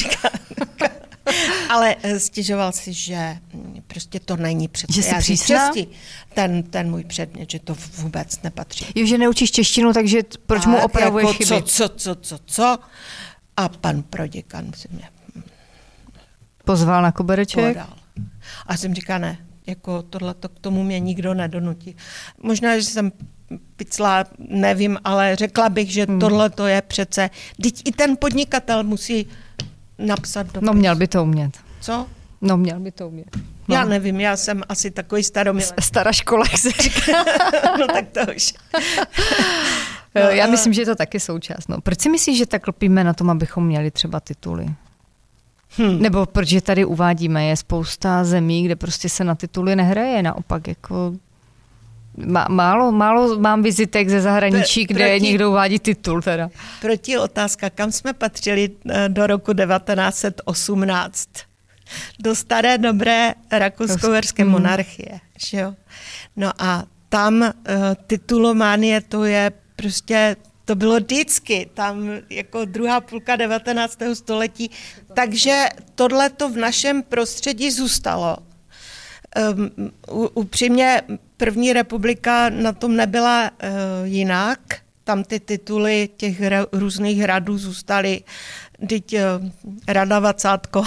Ale stěžoval si, že prostě to není přece jazyk ten, ten můj předmět, že to vůbec nepatří. Jo, že neučíš češtinu, takže proč tak, mu opravuješ jako chyby? Co, co, co, co, co? A pan proděkan si mě pozval na kobereček? Podal. A jsem říkala, ne, jako tohleto k tomu mě nikdo nedonutí. Možná, že jsem picla, nevím, ale řekla bych, že hmm. tohleto je přece, teď i ten podnikatel musí napsat dopis. No měl by to umět. Co? No měl by to umět. No. Já nevím, já jsem asi takový staromilý. Stará škola, jak se říká. No tak to už. No, já myslím, že je to taky součást. No. Proč si myslíš, že tak lpíme na tom, abychom měli třeba tituly? Hmm. Nebo protože tady uvádíme, je spousta zemí, kde prostě se na tituly nehraje, naopak jako málo, málo mám vizitek ze zahraničí, kde proti, někdo uvádí titul teda. Proti otázka, kam jsme patřili do roku devatenáct set osmnáct? Do staré dobré rakousko-uherské hmm. monarchie. Že jo? No a tam uh, titulománie to je prostě, to bylo vždycky, tam jako druhá půlka devatenáctého století. Takže tohle to v našem prostředí zůstalo. Um, upřímně první republika na tom nebyla uh, jinak. Tam ty tituly těch hra, různých hradů zůstaly teď Rada Vacátko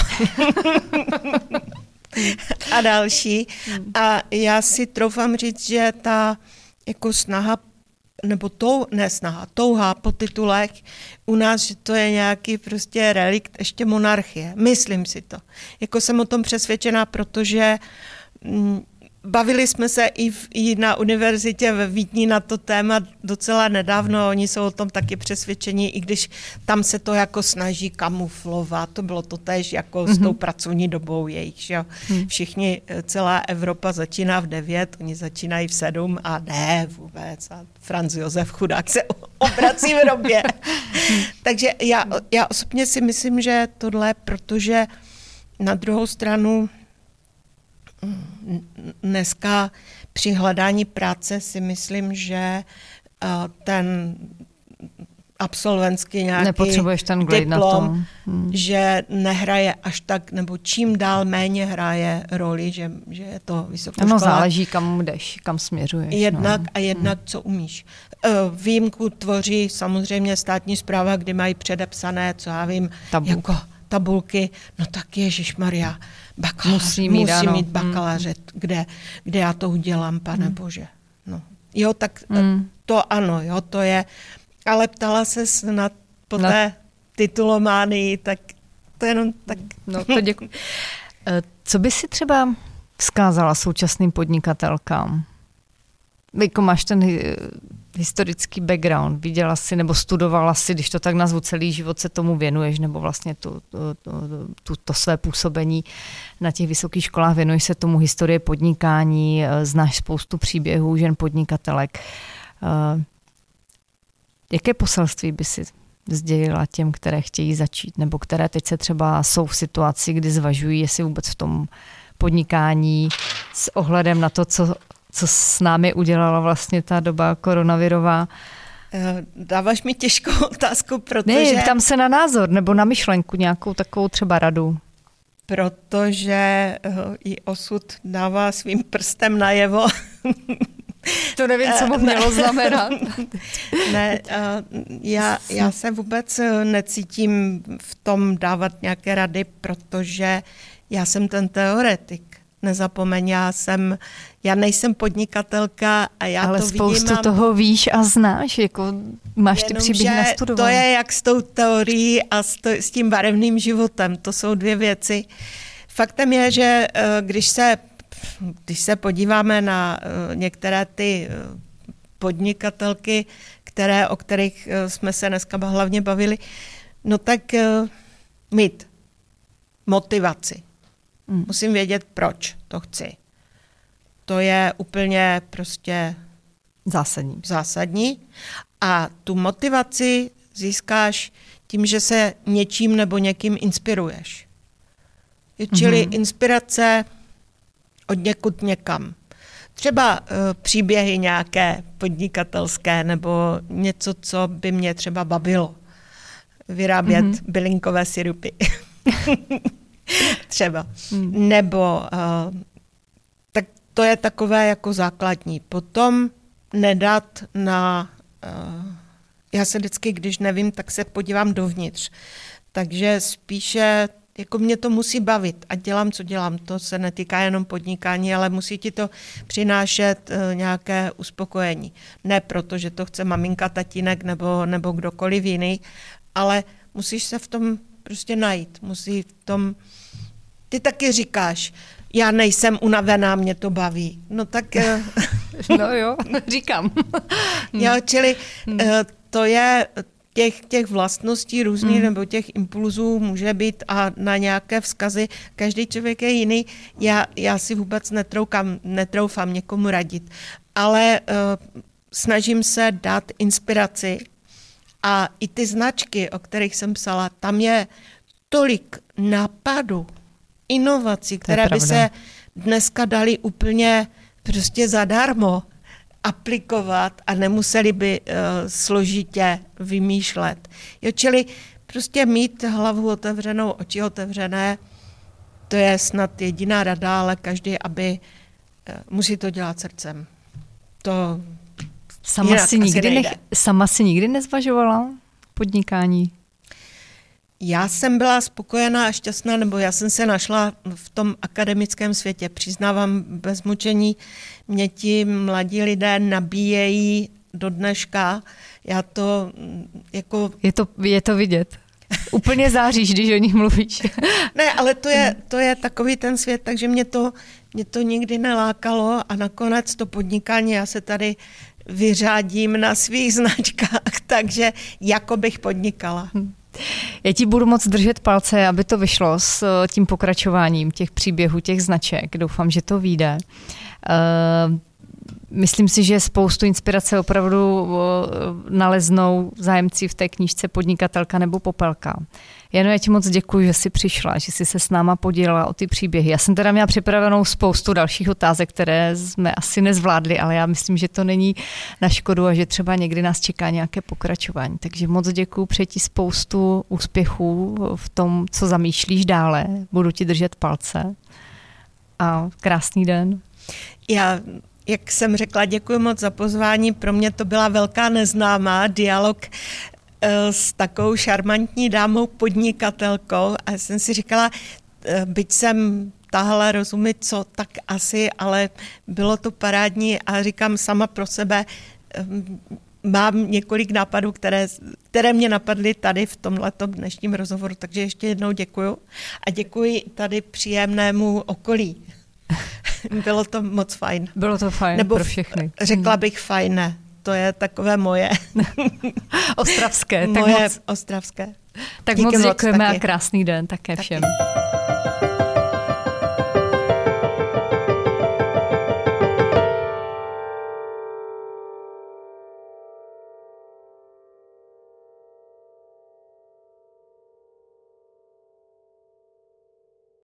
a další. A já si troufám říct, že ta jako snaha, nebo tou, ne snaha, touha po titulech u nás, že to je nějaký prostě relikt ještě monarchie. Myslím si to. Jako jsem o tom přesvědčená, protože mm, bavili jsme se i, v, i na univerzitě ve Vídni na to téma docela nedávno, oni jsou o tom taky přesvědčení, i když tam se to jako snaží kamuflovat, to bylo to též jako mm-hmm. s tou pracovní dobou jejich, že jo. Mm. Všichni, celá Evropa začíná v devět, oni začínají v sedm a ne vůbec a Franz Josef chudák se obrací v době. Takže já, já osobně si myslím, že tohle, protože na druhou stranu dneska při hledání práce si myslím, že ten absolventský nějaký nepotřebuješ ten diplom, na tom. Hmm. že nehraje až tak, nebo čím dál méně hraje roli, že, že je to vysoká no, škola. Záleží, kam jdeš, kam směřuješ. Jednak no. a jednak, hmm. co umíš. Výjimku tvoří samozřejmě státní správa, kdy mají předepsané, co já vím, Tabulky. jako tabulky, no tak ježišmarja, bakalář, musí mít, musí ano. mít bakaláře, hmm. kde, kde já to udělám, pane hmm. Bože. No. Jo, tak hmm. to ano, jo, to je, ale ptala se snad po no. té titulománii, tak to jenom tak. No to děkuji. Co by si třeba vzkázala současným podnikatelkám? Jako máš ten historický background, viděla si nebo studovala si, když to tak nazvu, celý život se tomu věnuješ, nebo vlastně tu, tu, tu, to své působení na těch vysokých školách, věnuješ se tomu historie podnikání, znáš spoustu příběhů žen podnikatelek. Jaké poselství by si sdělila těm, které chtějí začít, nebo které teď se třeba jsou v situaci, kdy zvažují, jestli vůbec v tom podnikání s ohledem na to, co co s námi udělala vlastně ta doba koronavirová. Dáváš mi těžkou otázku, protože... Ne, ptám se na názor nebo na myšlenku, nějakou takovou třeba radu. Protože i osud dává svým prstem najevo. To nevím, co mu mělo znamenat. Ne, já, já se vůbec necítím v tom dávat nějaké rady, protože já jsem ten teoretik. Nezapomeň, já jsem, já nejsem podnikatelka a já ale to vidím. Ale spoustu toho víš a znáš, jako máš ty příběhy nastudované. To je jak s tou teorií a s, to, s tím barevným životem, to jsou dvě věci. Faktem je, že když se, když se podíváme na některé ty podnikatelky, které, o kterých jsme se dneska hlavně bavili, no tak mít motivaci. Hmm. Musím vědět, proč to chci. To je úplně prostě zásadní. zásadní. A tu motivaci získáš tím, že se něčím nebo někým inspiruješ. Čili hmm. inspirace od někud někam. Třeba uh, příběhy nějaké podnikatelské nebo něco, co by mě třeba bavilo. Vyrábět hmm. bylinkové sirupy. Třeba. Hmm. Nebo uh, tak to je takové jako základní. Potom nedat na... Uh, já se vždycky, když nevím, tak se podívám dovnitř. Takže spíše jako mě to musí bavit a dělám, co dělám. To se netýká jenom podnikání, ale musí ti to přinášet uh, nějaké uspokojení. Ne proto, že to chce maminka, tatínek nebo, nebo kdokoliv jiný, ale musíš se v tom prostě najít. Musí v tom... Ty taky říkáš, já nejsem unavená, mě to baví. No tak... no jo, říkám. jo, čili to je těch, těch vlastností různých mm. nebo těch impulzů může být a na nějaké vzkazy. Každý člověk je jiný. Já, já si vůbec netroukám, netroufám někomu radit, ale uh, snažím se dát inspiraci a i ty značky, o kterých jsem psala, tam je tolik nápadů, inovací, které by se dneska daly úplně prostě zadarmo aplikovat a nemuseli by uh, složitě vymýšlet. Jo, čili prostě mít hlavu otevřenou, oči otevřené, to je snad jediná rada, ale každý, aby uh, musí to dělat srdcem. To sama si nikdy, nech, sama si nikdy nezvažovala podnikání? Já jsem byla spokojená a šťastná, nebo já jsem se našla v tom akademickém světě. Přiznávám bez mučení, mě ti mladí lidé nabíjejí do dneška. Já to jako... Je to, je to vidět. Úplně záříš, když o nich mluvíš. Ne, ale to je, to je takový ten svět, takže mě to, mě to nikdy nelákalo a nakonec to podnikání, já se tady vyřádím na svých značkách, takže jako bych podnikala. Já ti budu moc držet palce, aby to vyšlo s tím pokračováním těch příběhů, těch značek. Doufám, že to vyjde. Myslím si, že spoustu inspirace opravdu naleznou zájemci v té knížce Podnikatelka nebo Popelka. Jano, já ti moc děkuji, že jsi přišla, že jsi se s náma podělila o ty příběhy. Já jsem teda měla připravenou spoustu dalších otázek, které jsme asi nezvládli, ale já myslím, že to není na škodu a že třeba někdy nás čeká nějaké pokračování. Takže moc děkuji, přeji ti spoustu úspěchů v tom, co zamýšlíš dále. Budu ti držet palce a krásný den. Já Jak jsem řekla, děkuji moc za pozvání. Pro mě to byla velká neznámá dialog s takovou šarmantní dámou podnikatelkou a jsem si říkala, byť jsem tahle rozumět co, tak asi, ale bylo to parádní a říkám sama pro sebe, mám několik nápadů, které, které mě napadly tady v tomhletom dnešním rozhovoru, takže ještě jednou děkuju a děkuji tady příjemnému okolí. Bylo to moc fajn. Bylo to fajn Nebo pro všechny. Řekla bych fajné. To je takové moje. Ostravské. Moje tak moc, ostravské. Tak Díky moc děkujeme moc a krásný den také taky. všem.